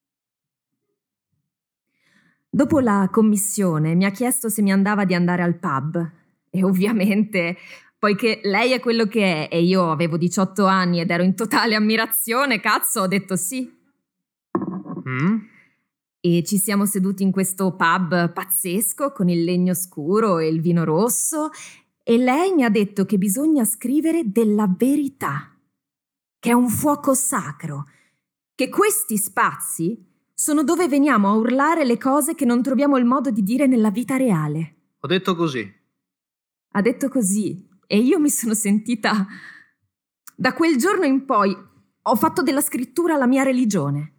Dopo la commissione mi ha chiesto se mi andava di andare al pub e ovviamente, poiché lei è quello che è e io avevo diciotto anni ed ero in totale ammirazione, cazzo, ho detto sì. Mm? E ci siamo seduti in questo pub pazzesco con il legno scuro e il vino rosso e lei mi ha detto che bisogna scrivere della verità, che è un fuoco sacro, che questi spazi sono dove veniamo a urlare le cose che non troviamo il modo di dire nella vita reale. Ho detto così. Ha detto così e io mi sono sentita... Da quel giorno in poi ho fatto della scrittura la mia religione.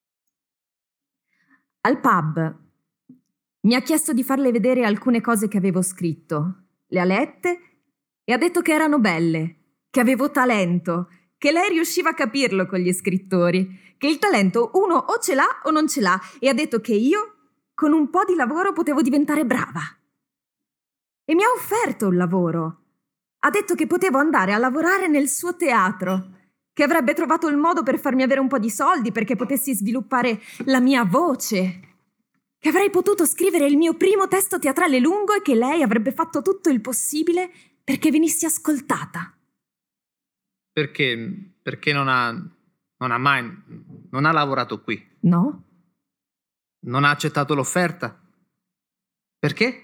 Al pub mi ha chiesto di farle vedere alcune cose che avevo scritto. Le ha lette e ha detto che erano belle, che avevo talento, che lei riusciva a capirlo con gli scrittori, che il talento uno o ce l'ha o non ce l'ha, e ha detto che io, con un po' di lavoro, potevo diventare brava. E mi ha offerto un lavoro. Ha detto che potevo andare a lavorare nel suo teatro, che avrebbe trovato il modo per farmi avere un po' di soldi perché potessi sviluppare la mia voce, che avrei potuto scrivere il mio primo testo teatrale lungo e che lei avrebbe fatto tutto il possibile perché venissi ascoltata. Perché? Perché non ha, non ha mai, non ha lavorato qui. No? Non ha accettato l'offerta. Perché?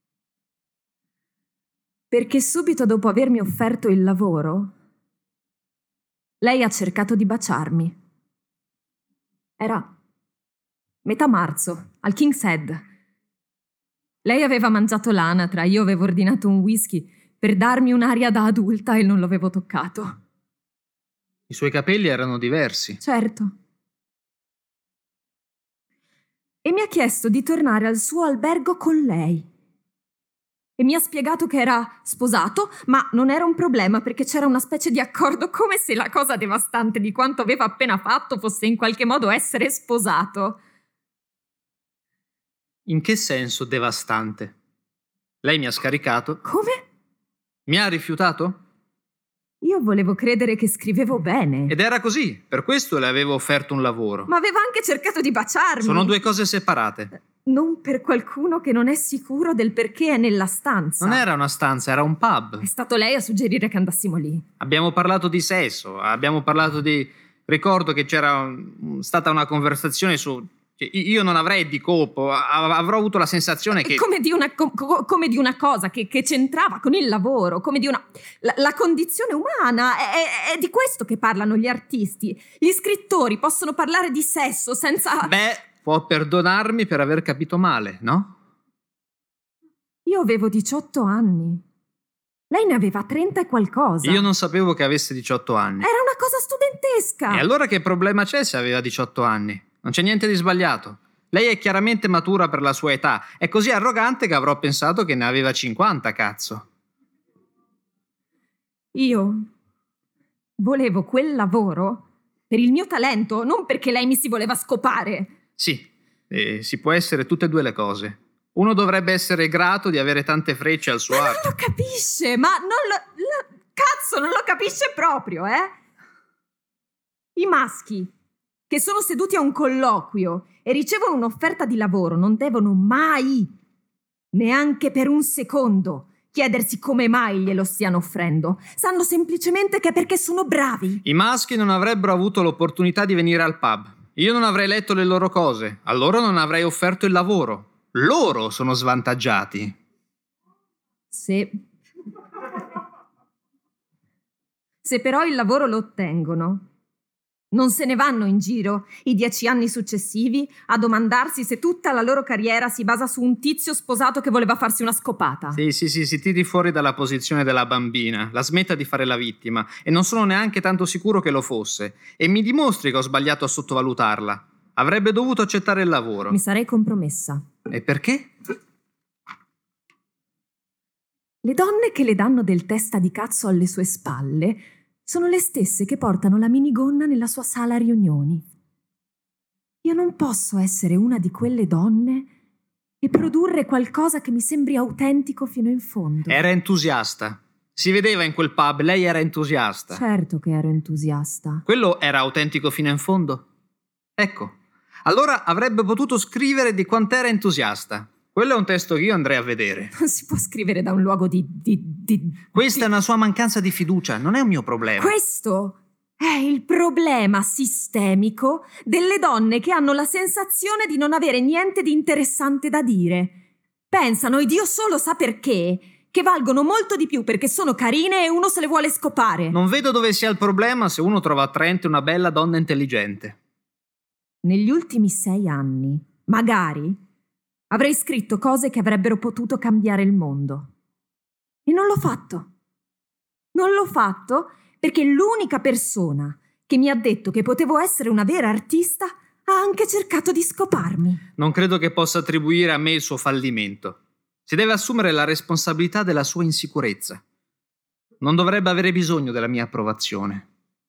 Perché subito dopo avermi offerto il lavoro, lei ha cercato di baciarmi. Era metà marzo, al King's Head. Lei aveva mangiato l'anatra, io avevo ordinato un whisky per darmi un'aria da adulta e non l'avevo toccato. I suoi capelli erano diversi. Certo. E mi ha chiesto di tornare al suo albergo con lei. E mi ha spiegato che era sposato, ma non era un problema perché c'era una specie di accordo, come se la cosa devastante di quanto aveva appena fatto fosse in qualche modo essere sposato. In che senso devastante? Lei mi ha scaricato. Come? Mi ha rifiutato? Io volevo credere che scrivevo bene. Ed era così, per questo le avevo offerto un lavoro. Ma aveva anche cercato di baciarmi. Sono due cose separate. Non per qualcuno che non è sicuro del perché è nella stanza. Non era una stanza, era un pub. È stato lei a suggerire che andassimo lì. Abbiamo parlato di sesso, abbiamo parlato di... Ricordo che c'era un- stata una conversazione su... che io non avrei di colpo, a- avrò avuto la sensazione che... Come di una, co- co- come di una cosa che, che c'entrava con il lavoro, come di una... La, la condizione umana, è, è- è di questo che parlano gli artisti. Gli scrittori possono parlare di sesso senza... Beh, può perdonarmi per aver capito male, no? Io avevo diciotto anni. Lei ne aveva trenta e qualcosa. Io non sapevo che avesse diciotto anni. Era una cosa studentesca. E allora che problema c'è se aveva diciotto anni? Non c'è niente di sbagliato. Lei è chiaramente matura per la sua età. È così arrogante che avrò pensato che ne aveva cinquanta, cazzo. Io volevo quel lavoro per il mio talento, non perché lei mi si voleva scopare. Sì, e si può essere tutte e due le cose. Uno dovrebbe essere grato di avere tante frecce al suo Ma arco. non lo capisce, ma non lo, lo... Cazzo, non lo capisce proprio, eh? I maschi che sono seduti a un colloquio e ricevono un'offerta di lavoro non devono mai, neanche per un secondo, chiedersi come mai glielo stiano offrendo. Sanno semplicemente che è perché sono bravi. I maschi non avrebbero avuto l'opportunità di venire al pub. Io non avrei letto le loro cose. A loro non avrei offerto il lavoro. Loro sono svantaggiati. Se... Se però il lavoro lo ottengono, non se ne vanno in giro i dieci anni successivi a domandarsi se tutta la loro carriera si basa su un tizio sposato che voleva farsi una scopata. Sì, sì, sì, si tiri fuori dalla posizione della bambina, la smetta di fare la vittima, e non sono neanche tanto sicuro che lo fosse, e mi dimostri che ho sbagliato a sottovalutarla. Avrebbe dovuto accettare il lavoro. Mi sarei compromessa. E perché? Le donne che le danno del testa di cazzo alle sue spalle sono le stesse che portano la minigonna nella sua sala riunioni. Io non posso essere una di quelle donne e produrre qualcosa che mi sembri autentico fino in fondo. Era entusiasta. Si vedeva in quel pub, lei era entusiasta. Certo che ero entusiasta. Quello era autentico fino in fondo? Ecco, allora avrebbe potuto scrivere di quant'era entusiasta. Quello è un testo che io andrei a vedere. Non si può scrivere da un luogo di... di, di Questa di... è una sua mancanza di fiducia, non è un mio problema. Questo è il problema sistemico delle donne che hanno la sensazione di non avere niente di interessante da dire. Pensano, e Dio solo sa perché, che valgono molto di più perché sono carine e uno se le vuole scopare. Non vedo dove sia il problema se uno trova attraente una bella donna intelligente. Negli ultimi sei anni, magari... avrei scritto cose che avrebbero potuto cambiare il mondo. E non l'ho fatto. Non l'ho fatto perché l'unica persona che mi ha detto che potevo essere una vera artista ha anche cercato di scoparmi. Non credo che possa attribuire a me il suo fallimento. Si deve assumere la responsabilità della sua insicurezza. Non dovrebbe avere bisogno della mia approvazione.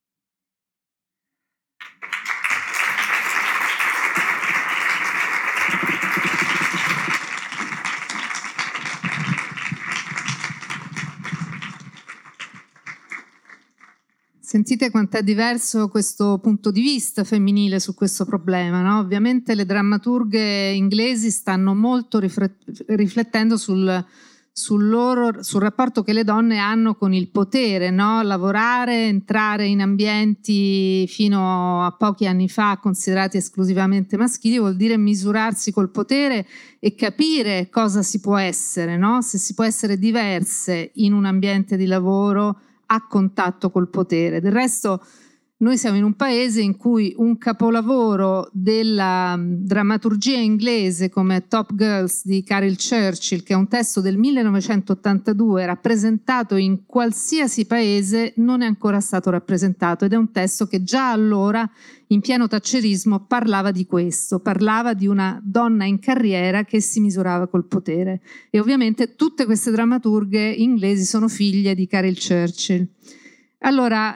Sentite quanto è diverso questo punto di vista femminile su questo problema, no? Ovviamente le drammaturghe inglesi stanno molto riflettendo sul, sul, loro, sul rapporto che le donne hanno con il potere, no? Lavorare, entrare in ambienti fino a pochi anni fa considerati esclusivamente maschili vuol dire misurarsi col potere e capire cosa si può essere, no? Se si può essere diverse in un ambiente di lavoro a contatto col potere. Del resto noi siamo in un paese in cui un capolavoro della drammaturgia inglese come Top Girls di Carol Churchill, che è un testo del millenovecentottantadue, rappresentato in qualsiasi paese, non è ancora stato rappresentato, ed è un testo che già allora in pieno thatcherismo parlava di questo, parlava di una donna in carriera che si misurava col potere, e ovviamente tutte queste drammaturghe inglesi sono figlie di Carol Churchill. Allora,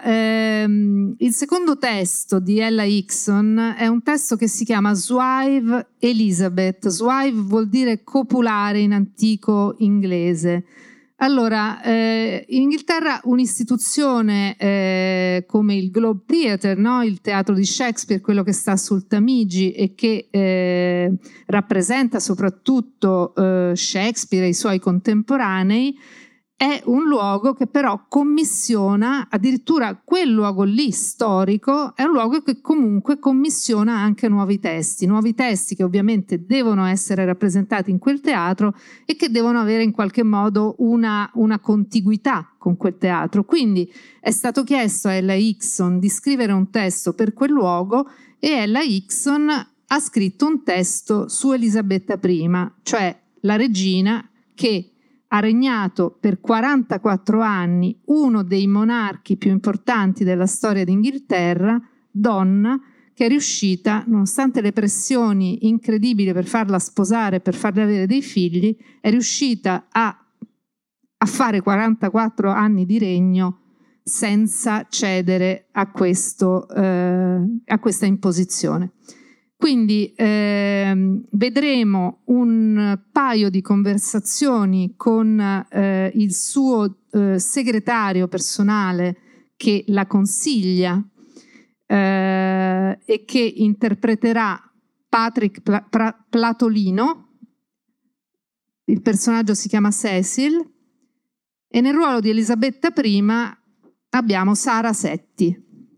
ehm, il secondo testo di Ella Hickson è un testo che si chiama Swive Elizabeth. Swive vuol dire copulare in antico inglese. Allora, eh, in Inghilterra un'istituzione eh, come il Globe Theatre, no? Il teatro di Shakespeare, quello che sta sul Tamigi e che eh, rappresenta soprattutto eh, Shakespeare e i suoi contemporanei, è un luogo che però commissiona, addirittura quel luogo lì storico è un luogo che comunque commissiona anche nuovi testi, nuovi testi che ovviamente devono essere rappresentati in quel teatro e che devono avere in qualche modo una, una contiguità con quel teatro. Quindi è stato chiesto a Ella Hickson di scrivere un testo per quel luogo e Ella Hickson ha scritto un testo su Elisabetta prima, cioè la regina che ha regnato per quarantaquattro anni, uno dei monarchi più importanti della storia d'Inghilterra, donna che è riuscita, nonostante le pressioni incredibili per farla sposare, per farle avere dei figli, è riuscita a, a fare quarantaquattro anni di regno senza cedere a, questo, eh, a questa imposizione. Quindi eh, vedremo un paio di conversazioni con eh, il suo eh, segretario personale che la consiglia eh, e che interpreterà Patrick Pla- Pra- Platolino. Il personaggio si chiama Cecil e nel ruolo di Elisabetta prima abbiamo Sara Setti.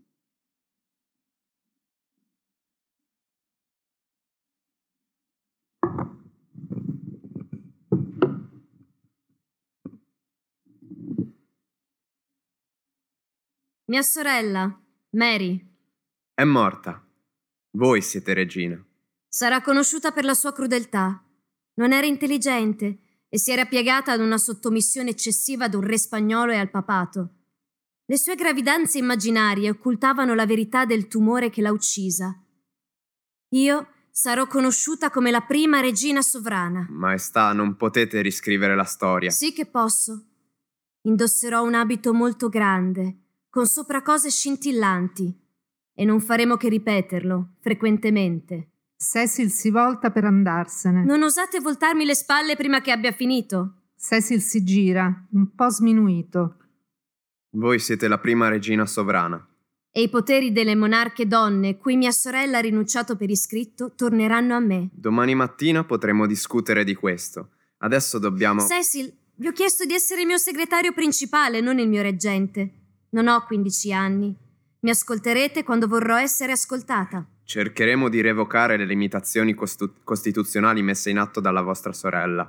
Mia sorella, Mary, È morta. Voi siete regina. sarà conosciuta per la sua crudeltà. Non era intelligente e si era piegata ad una sottomissione eccessiva ad un re spagnolo e al papato. Le sue gravidanze immaginarie occultavano la verità del tumore che l'ha uccisa. Io sarò conosciuta come la prima regina sovrana. Maestà, non potete riscrivere la storia. Sì che posso. Indosserò un abito molto grande, con sopra cose scintillanti, e non faremo che ripeterlo frequentemente. Cecil si volta per andarsene. Non osate voltarmi le spalle prima che abbia finito. Cecil si gira, un po' sminuito. Voi siete la prima regina sovrana. E i poteri delle monarche donne, cui mia sorella ha rinunciato per iscritto, torneranno a me. Domani mattina potremo discutere di questo. Adesso dobbiamo... Cecil, vi ho chiesto di essere il mio segretario principale, non il mio reggente. Non ho quindici anni. Mi ascolterete quando vorrò essere ascoltata. Cercheremo di revocare le limitazioni costu- costituzionali messe in atto dalla vostra sorella.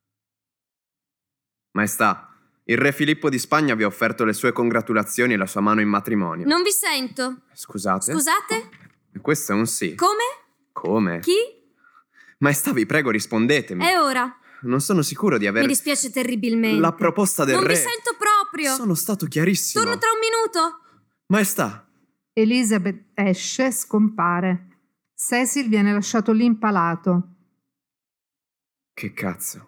Maestà, il re Filippo di Spagna vi ha offerto le sue congratulazioni e la sua mano in matrimonio. Non vi sento. Scusate? Scusate? Questo è un sì. Come? Come? Chi? Maestà, vi prego, rispondetemi. È ora. Non sono sicuro di aver... Mi dispiace terribilmente. La proposta del non re... Non vi sento proprio. Sono stato chiarissimo. Torno tra un minuto. Maestà. Elizabeth esce, scompare. Cecil viene lasciato lì impalato. Che cazzo?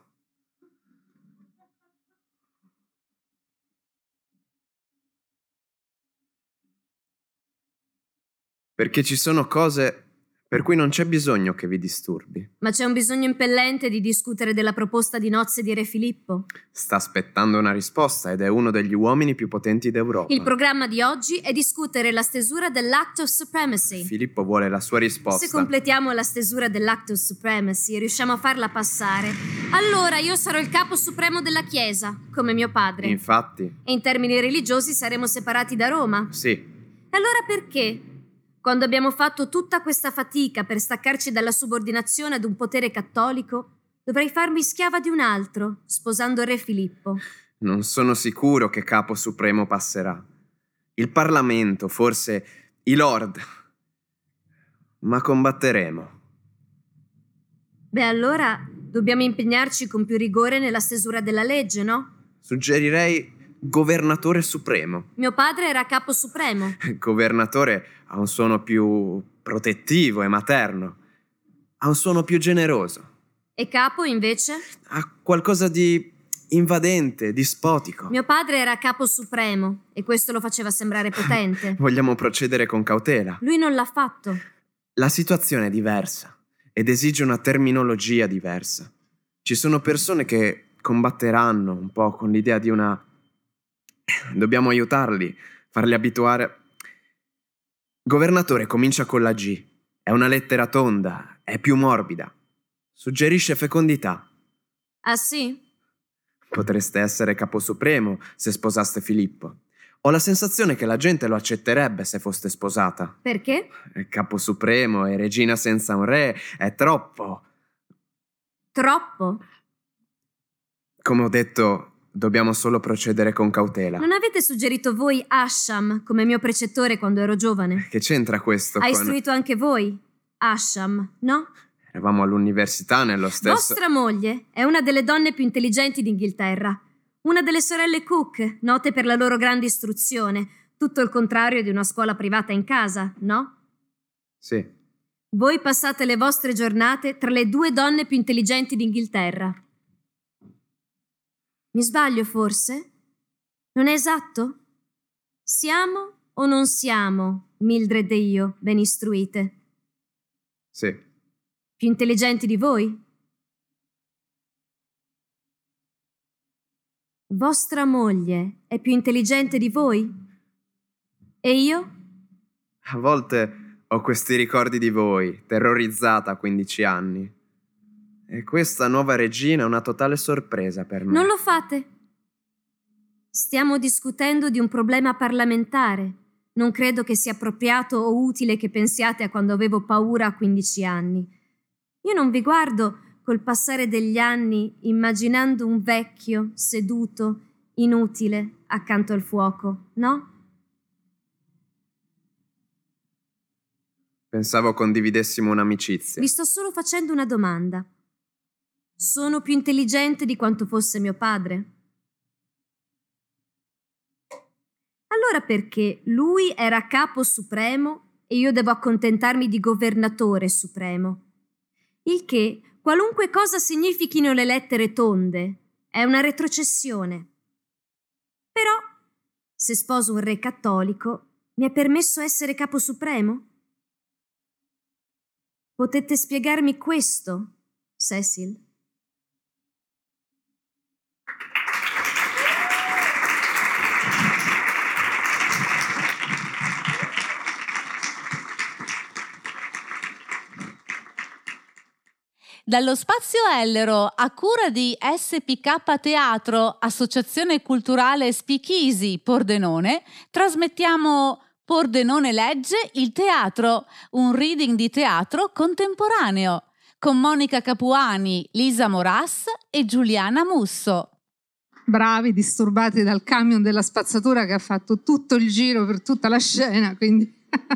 Perché ci sono cose per cui non c'è bisogno che vi disturbi. Ma c'è un bisogno impellente di discutere della proposta di nozze di re Filippo. Sta aspettando una risposta ed è uno degli uomini più potenti d'Europa. Il programma di oggi è discutere la stesura dell'Act of Supremacy. Filippo vuole la sua risposta. Se completiamo la stesura dell'Act of Supremacy e riusciamo a farla passare, allora io sarò il capo supremo della Chiesa, come mio padre. Infatti. E in termini religiosi saremo separati da Roma. Sì. E allora perché? Quando abbiamo fatto tutta questa fatica per staccarci dalla subordinazione ad un potere cattolico, dovrei farmi schiava di un altro, sposando re Filippo. Non sono sicuro che capo supremo passerà. Il Parlamento, forse i Lord. Ma combatteremo. Beh, allora dobbiamo impegnarci con più rigore nella stesura della legge, no? Suggerirei governatore supremo. Mio padre era capo supremo. Governatore ha un suono più protettivo e materno. Ha un suono più generoso. E capo, invece? Ha qualcosa di invadente, dispotico. Mio padre era capo supremo e questo lo faceva sembrare potente. Vogliamo procedere con cautela. Lui non l'ha fatto. La situazione è diversa ed esige una terminologia diversa. Ci sono persone che combatteranno un po' con l'idea di una... Dobbiamo aiutarli, farli abituare. Governatore comincia con la G. È una lettera tonda, è più morbida. Suggerisce fecondità. Ah sì? Potreste essere capo supremo se sposaste Filippo. Ho la sensazione che la gente lo accetterebbe se foste sposata. Perché? Capo supremo e regina senza un re è troppo. Troppo? Come ho detto... Dobbiamo solo procedere con cautela. Non avete suggerito voi Asham come mio precettore quando ero giovane? Che c'entra questo Ha con... istruito anche voi Asham, no? Eravamo all'università nello stesso... Vostra moglie è una delle donne più intelligenti d'Inghilterra. Una delle sorelle Cook, note per la loro grande istruzione. Tutto il contrario di una scuola privata in casa, no? Sì. Voi passate le vostre giornate tra le due donne più intelligenti d'Inghilterra. Mi sbaglio forse? Non è esatto? Siamo o non siamo, Mildred e io, ben istruite? Sì. Più intelligenti di voi? Vostra moglie è più intelligente di voi? E io? A volte ho questi ricordi di voi, terrorizzata a quindici anni. E questa nuova regina è una totale sorpresa per me. Non lo fate. Stiamo discutendo di un problema parlamentare. Non credo che sia appropriato o utile che pensiate a quando avevo paura a quindici anni. Io non vi guardo col passare degli anni immaginando un vecchio, seduto, inutile, accanto al fuoco, no? Pensavo condividessimo un'amicizia. Vi sto solo facendo una domanda. Sono più intelligente di quanto fosse mio padre? Allora perché lui era capo supremo e io devo accontentarmi di governatore supremo? Il che, qualunque cosa significhino le lettere tonde, è una retrocessione. Però, se sposo un re cattolico, mi è permesso essere capo supremo? Potete spiegarmi questo, Cecil? Dallo Spazio Ellero, a cura di S P K Teatro, Associazione Culturale Speakeasy Pordenone, trasmettiamo Pordenone legge il teatro, un reading di teatro contemporaneo, con Monica Capuani, Lisa Moras e Giuliana Musso. Bravi, disturbati dal camion della spazzatura che ha fatto tutto il giro per tutta la scena, quindi...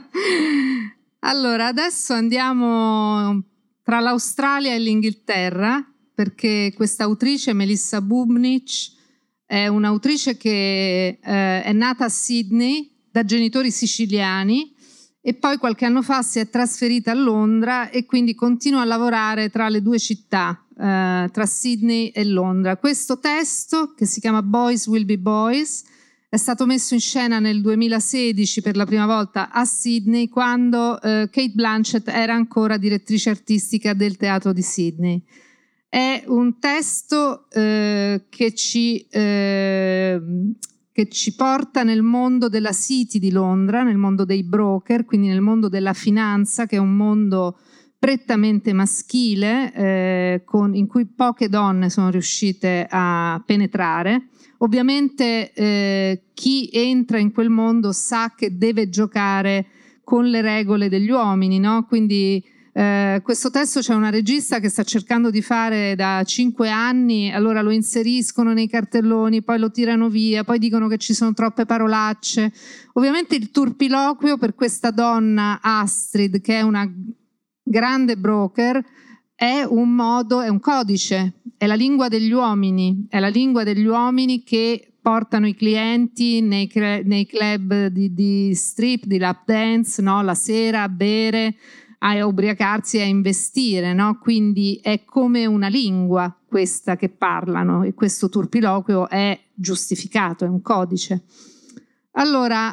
Allora, adesso andiamo tra l'Australia e l'Inghilterra, perché questa autrice, Melissa Bubnich, è un'autrice che eh, è nata a Sydney da genitori siciliani e poi qualche anno fa si è trasferita a Londra e quindi continua a lavorare tra le due città, eh, tra Sydney e Londra. Questo testo, che si chiama Boys Will Be Boys, è stato messo in scena nel duemilasedici per la prima volta a Sydney, quando eh, Kate Blanchett era ancora direttrice artistica del teatro di Sydney. È un testo eh, che, ci, eh, che ci porta nel mondo della City di Londra, nel mondo dei broker, quindi nel mondo della finanza, che è un mondo prettamente maschile, eh, con, in cui poche donne sono riuscite a penetrare. Ovviamente eh, chi entra in quel mondo sa che deve giocare con le regole degli uomini, no? Quindi eh, questo testo c'è una regista che sta cercando di fare da cinque anni, allora lo inseriscono nei cartelloni, poi lo tirano via, poi dicono che ci sono troppe parolacce. Ovviamente il turpiloquio per questa donna Astrid, che è una grande broker, è un modo, è un codice, è la lingua degli uomini, è la lingua degli uomini che portano i clienti nei, cre- nei club di, di strip, di lap dance, no? La sera a bere, a ubriacarsi e a investire, no? Quindi è come una lingua questa che parlano e questo turpiloquio è giustificato, è un codice. Allora,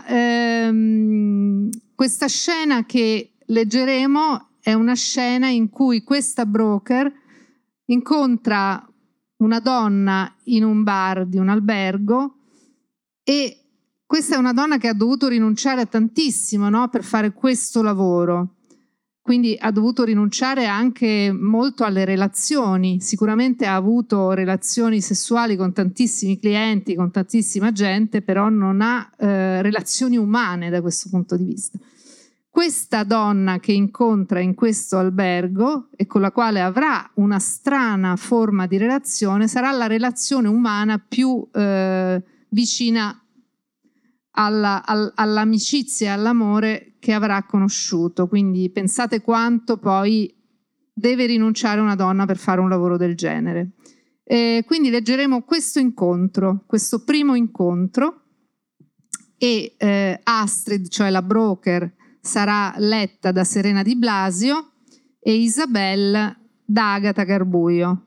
ehm, questa scena che leggeremo è una scena in cui questa broker incontra una donna in un bar di un albergo e questa è una donna che ha dovuto rinunciare a tantissimo, no, per fare questo lavoro. Quindi ha dovuto rinunciare anche molto alle relazioni. Sicuramente ha avuto relazioni sessuali con tantissimi clienti, con tantissima gente, però non ha eh, relazioni umane da questo punto di vista. Questa donna che incontra in questo albergo e con la quale avrà una strana forma di relazione sarà la relazione umana più eh, vicina alla, all, all'amicizia e all'amore che avrà conosciuto. Quindi pensate quanto poi deve rinunciare una donna per fare un lavoro del genere. Eh, quindi leggeremo questo incontro, questo primo incontro, e eh, Astrid, cioè la broker, sarà letta da Serena Di Blasio e Isabel da Agata Garbuio.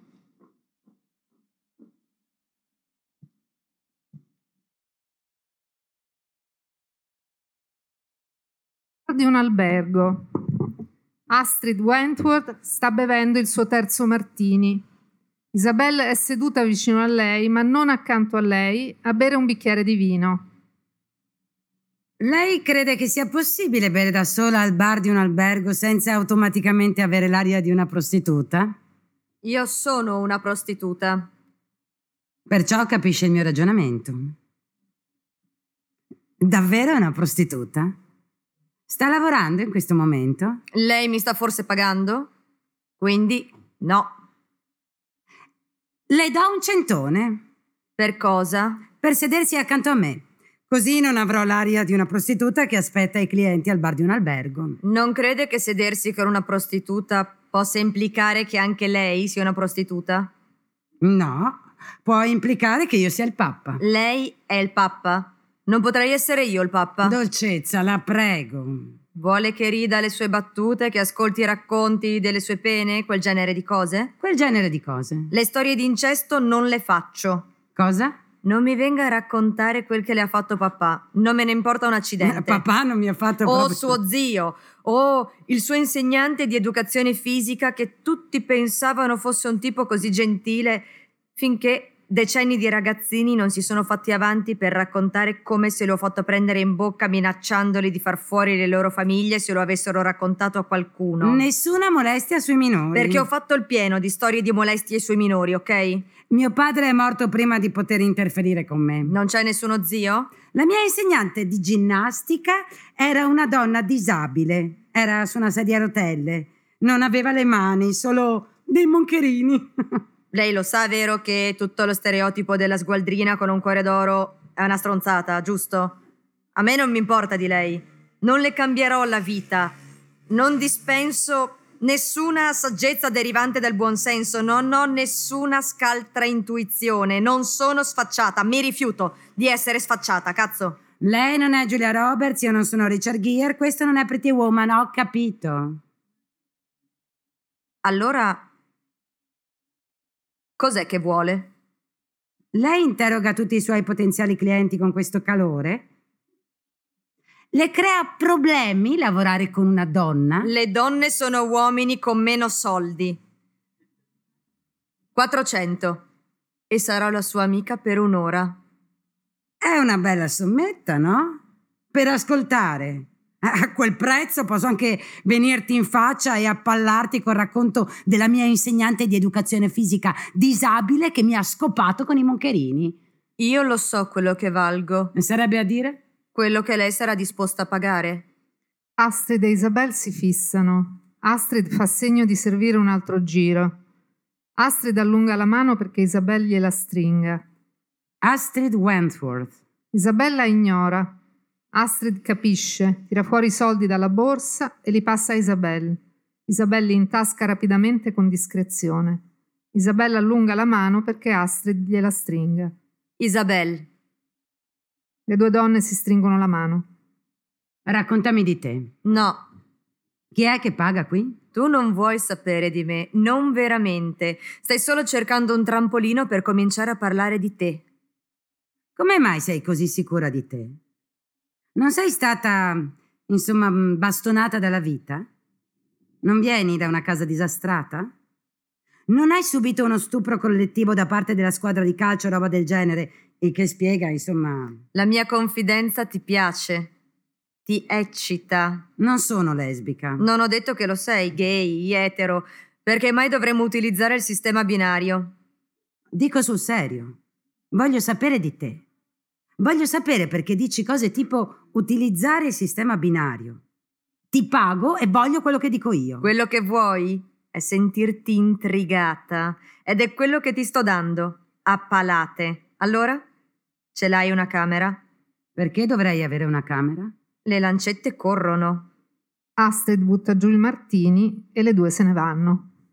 Di un albergo. Astrid Wentworth sta bevendo il suo terzo martini. Isabel è seduta vicino a lei, ma non accanto a lei, a bere un bicchiere di vino. Lei crede che sia possibile bere da sola al bar di un albergo senza automaticamente avere l'aria di una prostituta? Io sono una prostituta. Perciò capisce il mio ragionamento. Davvero è una prostituta? Sta lavorando in questo momento? Lei mi sta forse pagando? Quindi no. Le do un centone. Per cosa? Per sedersi accanto a me. Così non avrò l'aria di una prostituta che aspetta i clienti al bar di un albergo. Non crede che sedersi con una prostituta possa implicare che anche lei sia una prostituta? No, può implicare che io sia il Papa. Lei è il Papa. Non potrei essere io il Papa. Dolcezza, la prego. Vuole che rida le sue battute, che ascolti i racconti delle sue pene, quel genere di cose? Quel genere di cose. Le storie di incesto non le faccio. Cosa? Non mi venga a raccontare quel che le ha fatto papà. Non me ne importa un accidente. Papà non mi ha fatto O proprio... suo zio, o il suo insegnante di educazione fisica che tutti pensavano fosse un tipo così gentile, finché decenni di ragazzini non si sono fatti avanti per raccontare come se lo fatto prendere in bocca minacciandoli di far fuori le loro famiglie se lo avessero raccontato a qualcuno. Nessuna molestia sui minori. Perché ho fatto il pieno di storie di molestie sui minori, ok? Mio padre è morto prima di poter interferire con me. Non c'è nessuno zio? La mia insegnante di ginnastica era una donna disabile. Era su una sedia a rotelle. Non aveva le mani, solo dei moncherini. Lei lo sa, vero, che tutto lo stereotipo della sgualdrina con un cuore d'oro è una stronzata, giusto? A me non mi importa di lei. Non le cambierò la vita. Non dispenso nessuna saggezza derivante dal buonsenso. Non ho nessuna scaltra intuizione. Non sono sfacciata. Mi rifiuto di essere sfacciata, cazzo. Lei non è Julia Roberts, io non sono Richard Gere, questo non è Pretty Woman, ho capito. Allora... cos'è che vuole? Lei interroga tutti i suoi potenziali clienti con questo calore? Le crea problemi lavorare con una donna? Le donne sono uomini con meno soldi. quattrocento. E sarò la sua amica per un'ora. È una bella sommetta, no? Per ascoltare. A quel prezzo posso anche venirti in faccia e appallarti col racconto della mia insegnante di educazione fisica disabile che mi ha scopato con i moncherini. Io lo so quello che valgo. E sarebbe a dire? Quello che lei sarà disposta a pagare. Astrid e Isabel si fissano. Astrid fa segno di servire un altro giro. Astrid allunga la mano perché Isabel gliela stringa. Astrid Wentworth. Isabella ignora. Astrid capisce, tira fuori i soldi dalla borsa e li passa a Isabel. Isabel li intasca rapidamente con discrezione. Isabella allunga la mano perché Astrid gliela stringa. Isabel. Le due donne si stringono la mano. Raccontami di te. No. Chi è che paga qui? Tu non vuoi sapere di me, non veramente. Stai solo cercando un trampolino per cominciare a parlare di te. Come mai sei così sicura di te? Non sei stata, insomma, bastonata dalla vita? Non vieni da una casa disastrata? Non hai subito uno stupro collettivo da parte della squadra di calcio o roba del genere, il che spiega, insomma... La mia confidenza ti piace? Ti eccita? Non sono lesbica. Non ho detto che lo sei, gay, etero. Perché mai dovremmo utilizzare il sistema binario? Dico sul serio. Voglio sapere di te. Voglio sapere perché dici cose tipo utilizzare il sistema binario. Ti pago e voglio quello che dico io. Quello che vuoi è sentirti intrigata. Ed è quello che ti sto dando. A palate. Allora? Ce l'hai una camera? Perché dovrei avere una camera? Le lancette corrono. Astrid butta giù il martini e le due se ne vanno.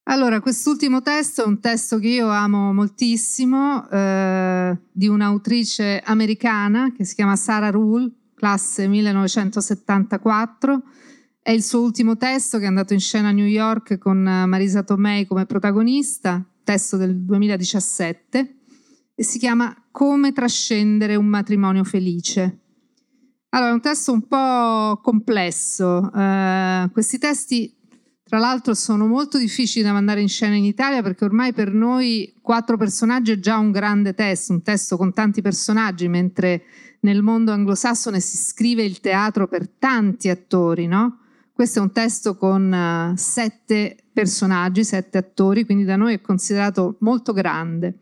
Allora, quest'ultimo testo è un testo che io amo moltissimo, eh, di un'autrice americana che si chiama Sarah Ruhl, classe millenovecentosettantaquattro. È il suo ultimo testo che è andato in scena a New York con Marisa Tomei come protagonista, testo del duemiladiciassette, e si chiama Come trascendere un matrimonio felice. Allora, è un testo un po' complesso. Eh, questi testi, tra l'altro, sono molto difficili da mandare in scena in Italia perché ormai per noi quattro personaggi è già un grande testo, un testo con tanti personaggi, mentre nel mondo anglosassone si scrive il teatro per tanti attori, no? Questo è un testo con uh, sette personaggi, sette attori, quindi da noi è considerato molto grande.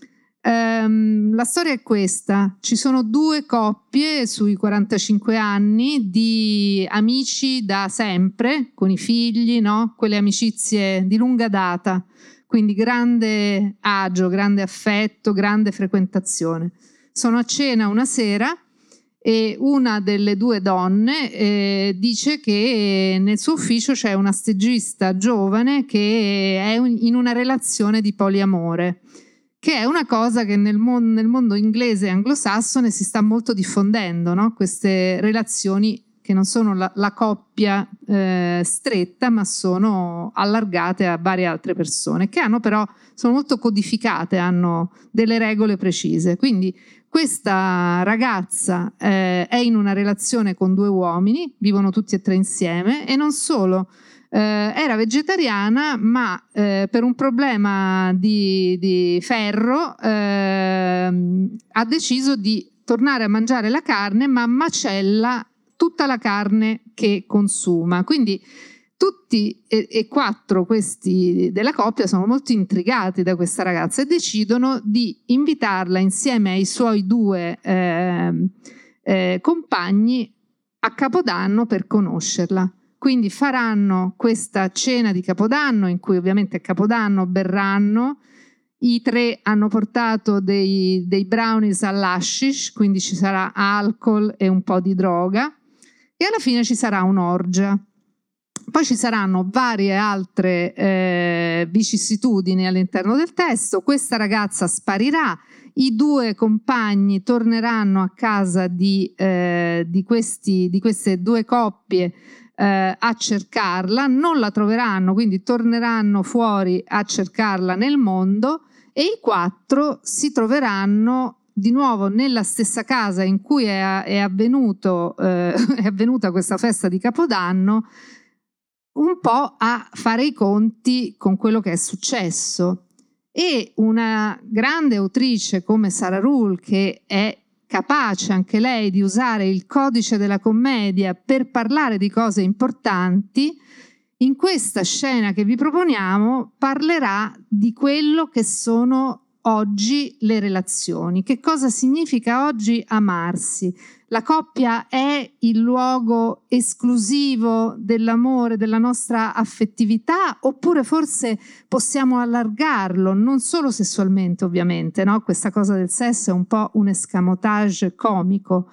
Um, la storia è questa: ci sono due coppie sui quarantacinque anni di amici da sempre, con i figli, no? Quelle amicizie di lunga data, quindi grande agio, grande affetto, grande frequentazione. Sono a cena una sera e una delle due donne eh, dice che nel suo ufficio c'è una stagista giovane che è in una relazione di poliamore, che è una cosa che nel, mon- nel mondo inglese e anglosassone si sta molto diffondendo, no? Queste relazioni che non sono la, la coppia eh, stretta, ma sono allargate a varie altre persone, che hanno però, sono molto codificate, hanno delle regole precise. Quindi questa ragazza eh, è in una relazione con due uomini, vivono tutti e tre insieme, e non solo, eh, era vegetariana, ma eh, per un problema di, di ferro eh, ha deciso di tornare a mangiare la carne, ma macella tutta la carne che consuma. Quindi tutti e, e quattro questi della coppia sono molto intrigati da questa ragazza e decidono di invitarla insieme ai suoi due eh, eh, compagni a Capodanno per conoscerla. Quindi faranno questa cena di Capodanno, in cui ovviamente è Capodanno, berranno. I tre hanno portato dei, dei brownies all'hashish, quindi ci sarà alcol e un po' di droga, e alla fine ci sarà un'orgia. Poi ci saranno varie altre eh, vicissitudini all'interno del testo. Questa ragazza sparirà, i due compagni torneranno a casa di, eh, di, questi, di queste due coppie eh, a cercarla, non la troveranno, quindi torneranno fuori a cercarla nel mondo, e i quattro si troveranno di nuovo nella stessa casa in cui è, è, avvenuto, eh, è avvenuta questa festa di Capodanno, un po' a fare i conti con quello che è successo. E una grande autrice come Sarah Ruhl, che è capace anche lei di usare il codice della commedia per parlare di cose importanti, in questa scena che vi proponiamo parlerà di quello che sono oggi le relazioni. Che cosa significa oggi amarsi? La coppia è il luogo esclusivo dell'amore, della nostra affettività, oppure forse possiamo allargarlo, non solo sessualmente ovviamente, no? Questa cosa del sesso è un po' un escamotage comico.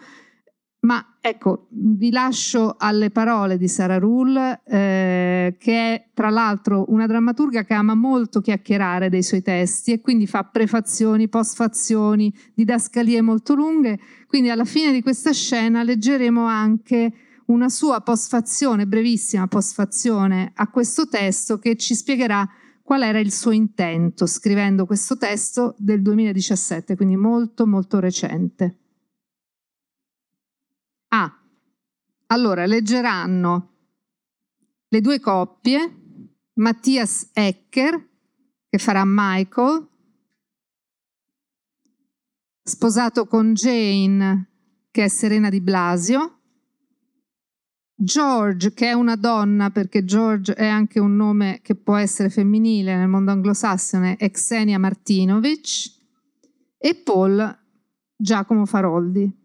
Ma ecco, vi lascio alle parole di Sarah Ruhl, eh, che è tra l'altro una drammaturga che ama molto chiacchierare dei suoi testi e quindi fa prefazioni, postfazioni, didascalie molto lunghe. Quindi alla fine di questa scena leggeremo anche una sua postfazione, brevissima postfazione a questo testo, che ci spiegherà qual era il suo intento scrivendo questo testo del duemiladiciassette, quindi molto molto recente. Ah, allora leggeranno le due coppie, Matthias Ecker, che farà Michael, sposato con Jane, che è Serena Di Blasio, George, che è una donna, perché George è anche un nome che può essere femminile nel mondo anglosassone, è Xenia Martinovic, e Paul, Giacomo Faroldi.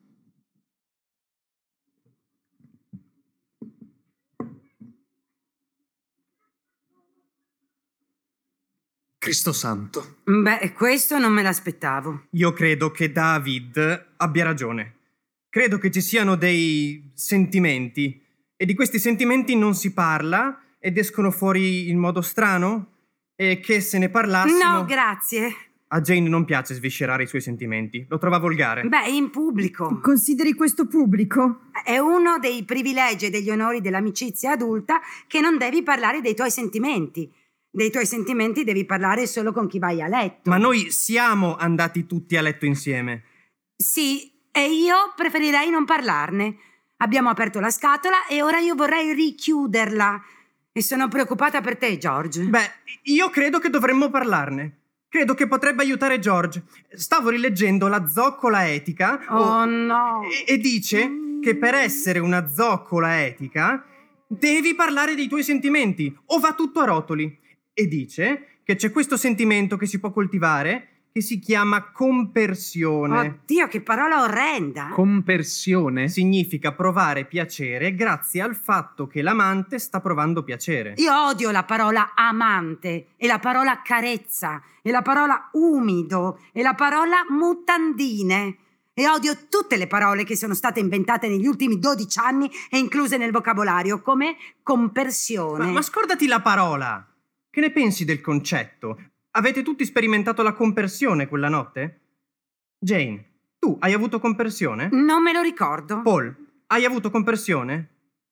Cristo santo. Beh, questo non me l'aspettavo. Io credo che David abbia ragione. Credo che ci siano dei sentimenti e di questi sentimenti non si parla ed escono fuori in modo strano e che se ne parlassimo... No, grazie. A Jane non piace sviscerare i suoi sentimenti, lo trova volgare. Beh, in pubblico. Consideri questo pubblico? È uno dei privilegi e degli onori dell'amicizia adulta che non devi parlare dei tuoi sentimenti. Dei tuoi sentimenti devi parlare solo con chi vai a letto. Ma noi siamo andati tutti a letto insieme. Sì, e io preferirei non parlarne. Abbiamo aperto la scatola e ora io vorrei richiuderla. E sono preoccupata per te, George. Beh, io credo che dovremmo parlarne. Credo che potrebbe aiutare George. Stavo rileggendo La zoccola etica. Oh, no! E, e dice mm. che per essere una zoccola etica devi parlare dei tuoi sentimenti o va tutto a rotoli. E dice che c'è questo sentimento che si può coltivare che si chiama compersione. Oddio, che parola orrenda! Compersione? Significa provare piacere grazie al fatto che l'amante sta provando piacere. Io odio la parola amante, e la parola carezza, e la parola umido, e la parola mutandine. E odio tutte le parole che sono state inventate negli ultimi dodici anni e incluse nel vocabolario, come compersione. Ma, ma scordati la parola! Che ne pensi del concetto? Avete tutti sperimentato la compersione quella notte? Jane, tu hai avuto compersione? Non me lo ricordo. Paul, hai avuto compersione?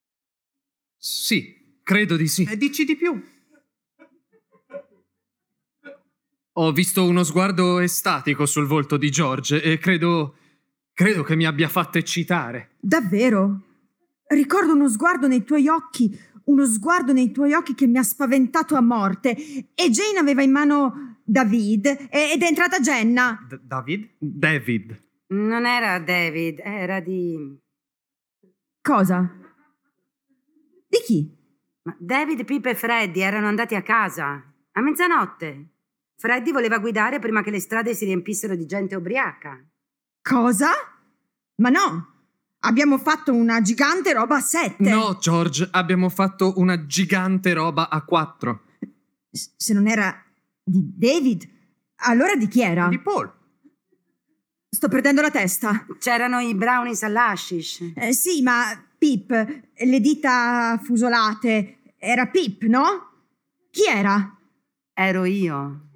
Sì, credo di sì. E dici di più. Ho visto uno sguardo estatico sul volto di George e credo... credo che mi abbia fatto eccitare. Davvero? Ricordo uno sguardo nei tuoi occhi... uno sguardo nei tuoi occhi che mi ha spaventato a morte. E Jane aveva in mano David ed è entrata Jenna. D- David? David. Non era David, era di... Cosa? Di chi? Ma David, Pip e Freddy erano andati a casa a mezzanotte. Freddy voleva guidare prima che le strade si riempissero di gente ubriaca. Cosa? Ma no! Abbiamo fatto una gigante roba a sette. No, George, abbiamo fatto una gigante roba a quattro. Se non era di David, allora di chi era? Di Paul. Sto perdendo la testa. C'erano i brownies all'hashish. Eh, sì, ma Pip, le dita fusolate, era Pip, no? Chi era? Ero io.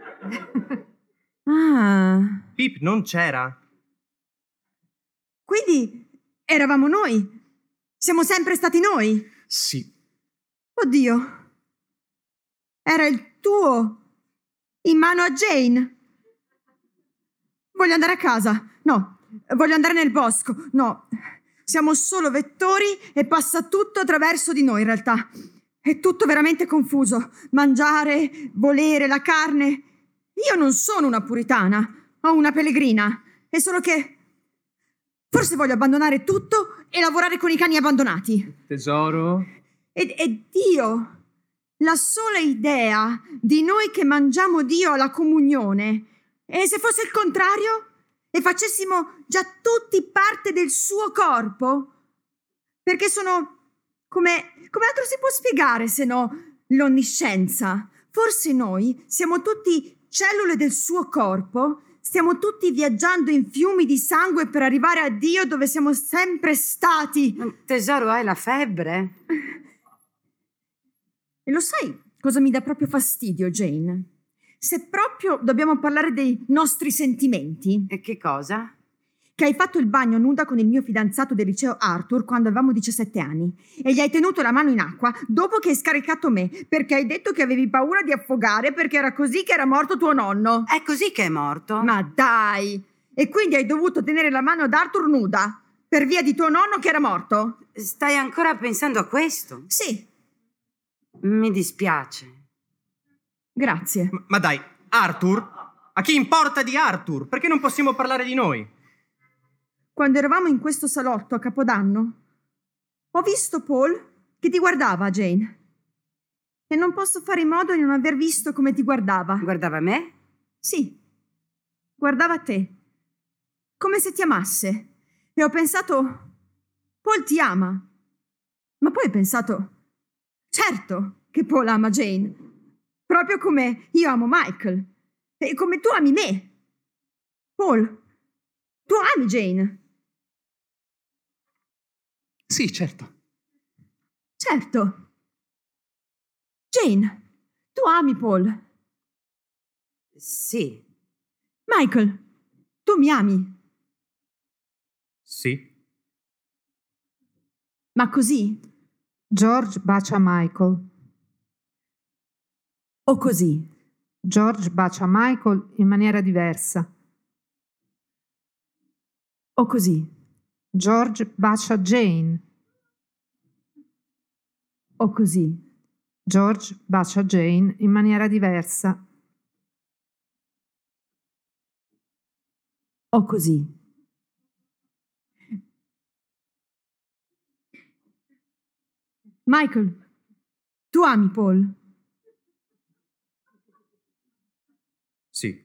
Ah. Pip non c'era. Quindi... eravamo noi. Siamo sempre stati noi. Sì. Oddio. Era il tuo in mano a Jane. Voglio andare a casa. No, voglio andare nel bosco. No, siamo solo vettori e passa tutto attraverso di noi in realtà. È tutto veramente confuso. Mangiare, volere, la carne. Io non sono una puritana o una pellegrina. È solo che... forse voglio abbandonare tutto e lavorare con i cani abbandonati. Tesoro? E, e Dio, la sola idea di noi che mangiamo Dio alla comunione, e se fosse il contrario? E facessimo già tutti parte del suo corpo? Perché sono... come... come altro si può spiegare se no l'onniscienza? Forse noi siamo tutti cellule del suo corpo. Stiamo tutti viaggiando in fiumi di sangue per arrivare a Dio dove siamo sempre stati. Tesoro, hai la febbre? E lo sai cosa mi dà proprio fastidio, Jane? Se proprio dobbiamo parlare dei nostri sentimenti. E che cosa? Che hai fatto il bagno nuda con il mio fidanzato del liceo Arthur quando avevamo diciassette anni e gli hai tenuto la mano in acqua dopo che hai scaricato me perché hai detto che avevi paura di affogare perché era così che era morto tuo nonno. È così che è morto? Ma dai! E quindi hai dovuto tenere la mano ad Arthur nuda per via di tuo nonno che era morto? Stai ancora pensando a questo? Sì. Mi dispiace. Grazie. Ma, ma dai, Arthur? A chi importa di Arthur? Perché non possiamo parlare di noi? Quando eravamo in questo salotto a Capodanno, ho visto Paul che ti guardava, Jane. E non posso fare in modo di non aver visto come ti guardava. Guardava me? Sì. Guardava te. Come se ti amasse. E ho pensato, Paul ti ama. Ma poi ho pensato, certo che Paul ama Jane. Proprio come io amo Michael. E come tu ami me. Paul, tu ami Jane. Sì, certo. Certo. Jane, tu tu ami Paul? Sì. Michael, tu mi ami? Sì. Ma così? George bacia Michael. O così? George bacia Michael in maniera diversa. O così? George bacia Jane. O così? George bacia Jane in maniera diversa. O così? Michael, tu ami Paul? Sì.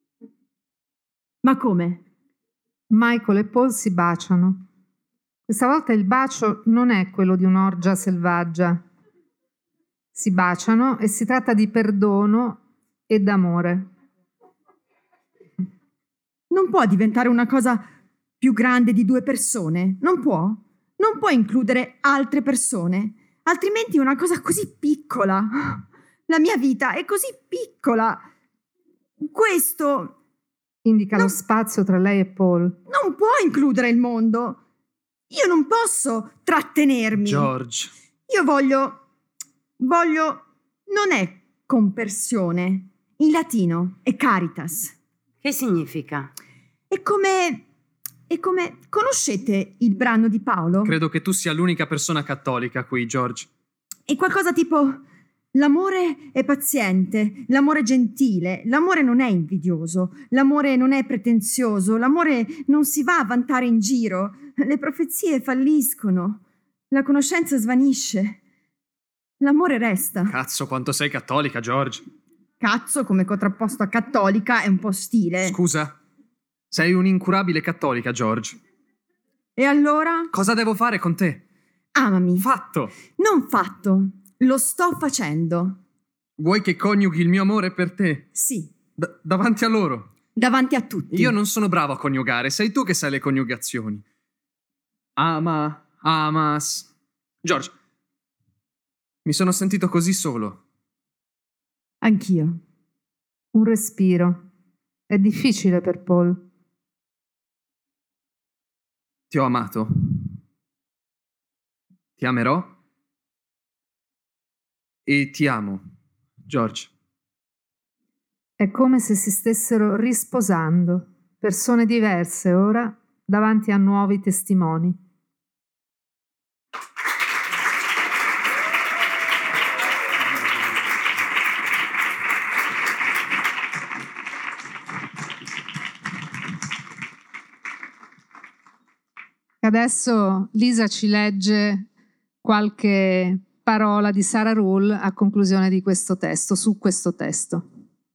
Ma come? Michael e Paul si baciano. Questa volta il bacio non è quello di un'orgia selvaggia. Si baciano e si tratta di perdono e d'amore. Non può diventare una cosa più grande di due persone? Non può? Non può includere altre persone? Altrimenti è una cosa così piccola. La mia vita è così piccola. Questo indica non, lo spazio tra lei e Paul. Non può includere il mondo. Io non posso trattenermi. George. Io voglio... Voglio... Non è compersione. In latino è caritas. Che significa? È come... È come... Conoscete il brano di Paolo? Credo che tu sia l'unica persona cattolica qui, George. È qualcosa tipo... L'amore è paziente, l'amore è gentile, l'amore non è invidioso, l'amore non è pretenzioso, l'amore non si va a vantare in giro, le profezie falliscono, la conoscenza svanisce, l'amore resta. Cazzo, quanto sei cattolica, George. Cazzo, come contrapposto a cattolica, è un po' stile. Scusa, sei un'incurabile cattolica, George. E allora? Cosa devo fare con te? Amami. Fatto. Non fatto. Lo sto facendo. Vuoi che coniughi il mio amore per te? Sì. D- davanti a loro? Davanti a tutti. Io non sono bravo a coniugare, sei tu che sai le coniugazioni. Ama, amas. George, mi sono sentito così solo. Anch'io. Un respiro. È difficile per Paul. Ti ho amato. Ti amerò. E ti amo, George. È come se si stessero risposando, persone diverse ora, davanti a nuovi testimoni. Adesso Lisa ci legge qualche parola di Sarah Ruhl a conclusione di questo testo, su questo testo.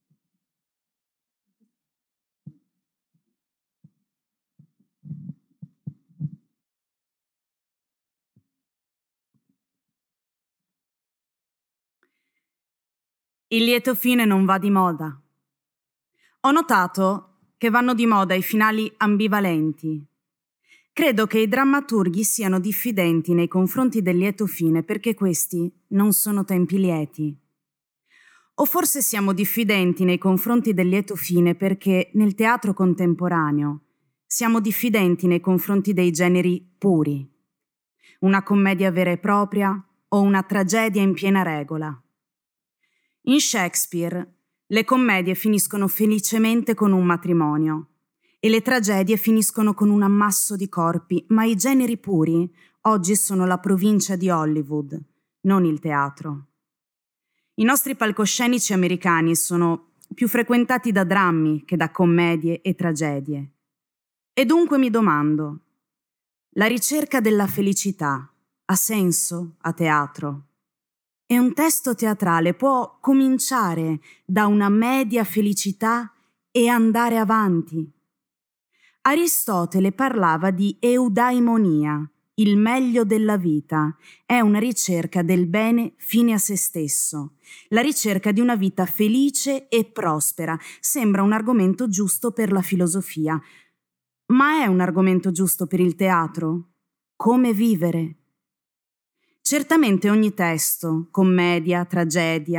Il lieto fine non va di moda. Ho notato che vanno di moda i finali ambivalenti. Credo che i drammaturghi siano diffidenti nei confronti del lieto fine perché questi non sono tempi lieti. O forse siamo diffidenti nei confronti del lieto fine perché nel teatro contemporaneo siamo diffidenti nei confronti dei generi puri. Una commedia vera e propria o una tragedia in piena regola. In Shakespeare le commedie finiscono felicemente con un matrimonio e le tragedie finiscono con un ammasso di corpi, ma i generi puri oggi sono la provincia di Hollywood, non il teatro. I nostri palcoscenici americani sono più frequentati da drammi che da commedie e tragedie. E dunque mi domando, la ricerca della felicità ha senso a teatro? E un testo teatrale può cominciare da una media felicità e andare avanti? Aristotele parlava di eudaimonia, il meglio della vita. È una ricerca del bene fine a se stesso, la ricerca di una vita felice e prospera. Sembra un argomento giusto per la filosofia, ma è un argomento giusto per il teatro? Come vivere? Certamente ogni testo, commedia, tragedia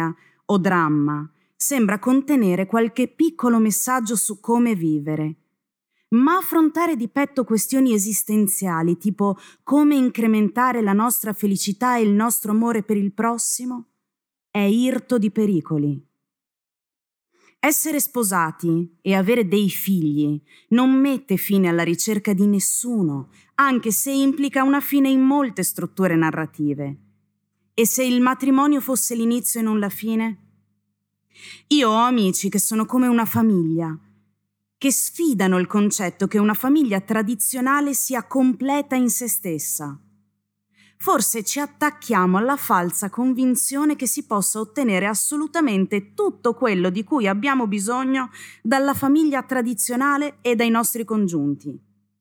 o dramma sembra contenere qualche piccolo messaggio su come vivere, ma affrontare di petto questioni esistenziali tipo come incrementare la nostra felicità e il nostro amore per il prossimo è irto di pericoli. Essere sposati e avere dei figli non mette fine alla ricerca di nessuno, anche se implica una fine in molte strutture narrative. E se il matrimonio fosse l'inizio e non la fine? Io ho amici che sono come una famiglia, che sfidano il concetto che una famiglia tradizionale sia completa in se stessa. Forse ci attacchiamo alla falsa convinzione che si possa ottenere assolutamente tutto quello di cui abbiamo bisogno dalla famiglia tradizionale e dai nostri congiunti.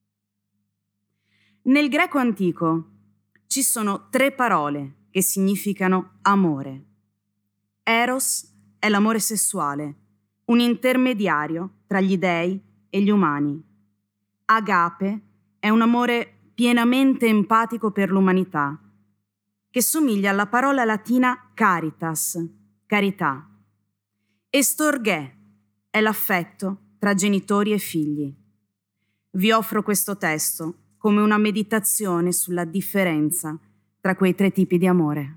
Nel greco antico ci sono tre parole che significano amore. Eros è l'amore sessuale, un intermediario tra gli dei e gli umani. Agape è un amore pienamente empatico per l'umanità, che somiglia alla parola latina caritas, carità. E storghè è l'affetto tra genitori e figli. Vi offro questo testo come una meditazione sulla differenza tra quei tre tipi di amore.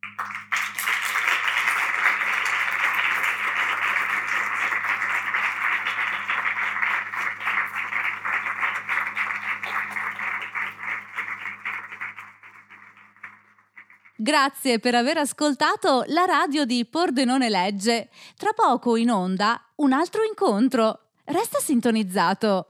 Grazie per aver ascoltato la radio di Pordenone Legge. Tra poco in onda un altro incontro. Resta sintonizzato.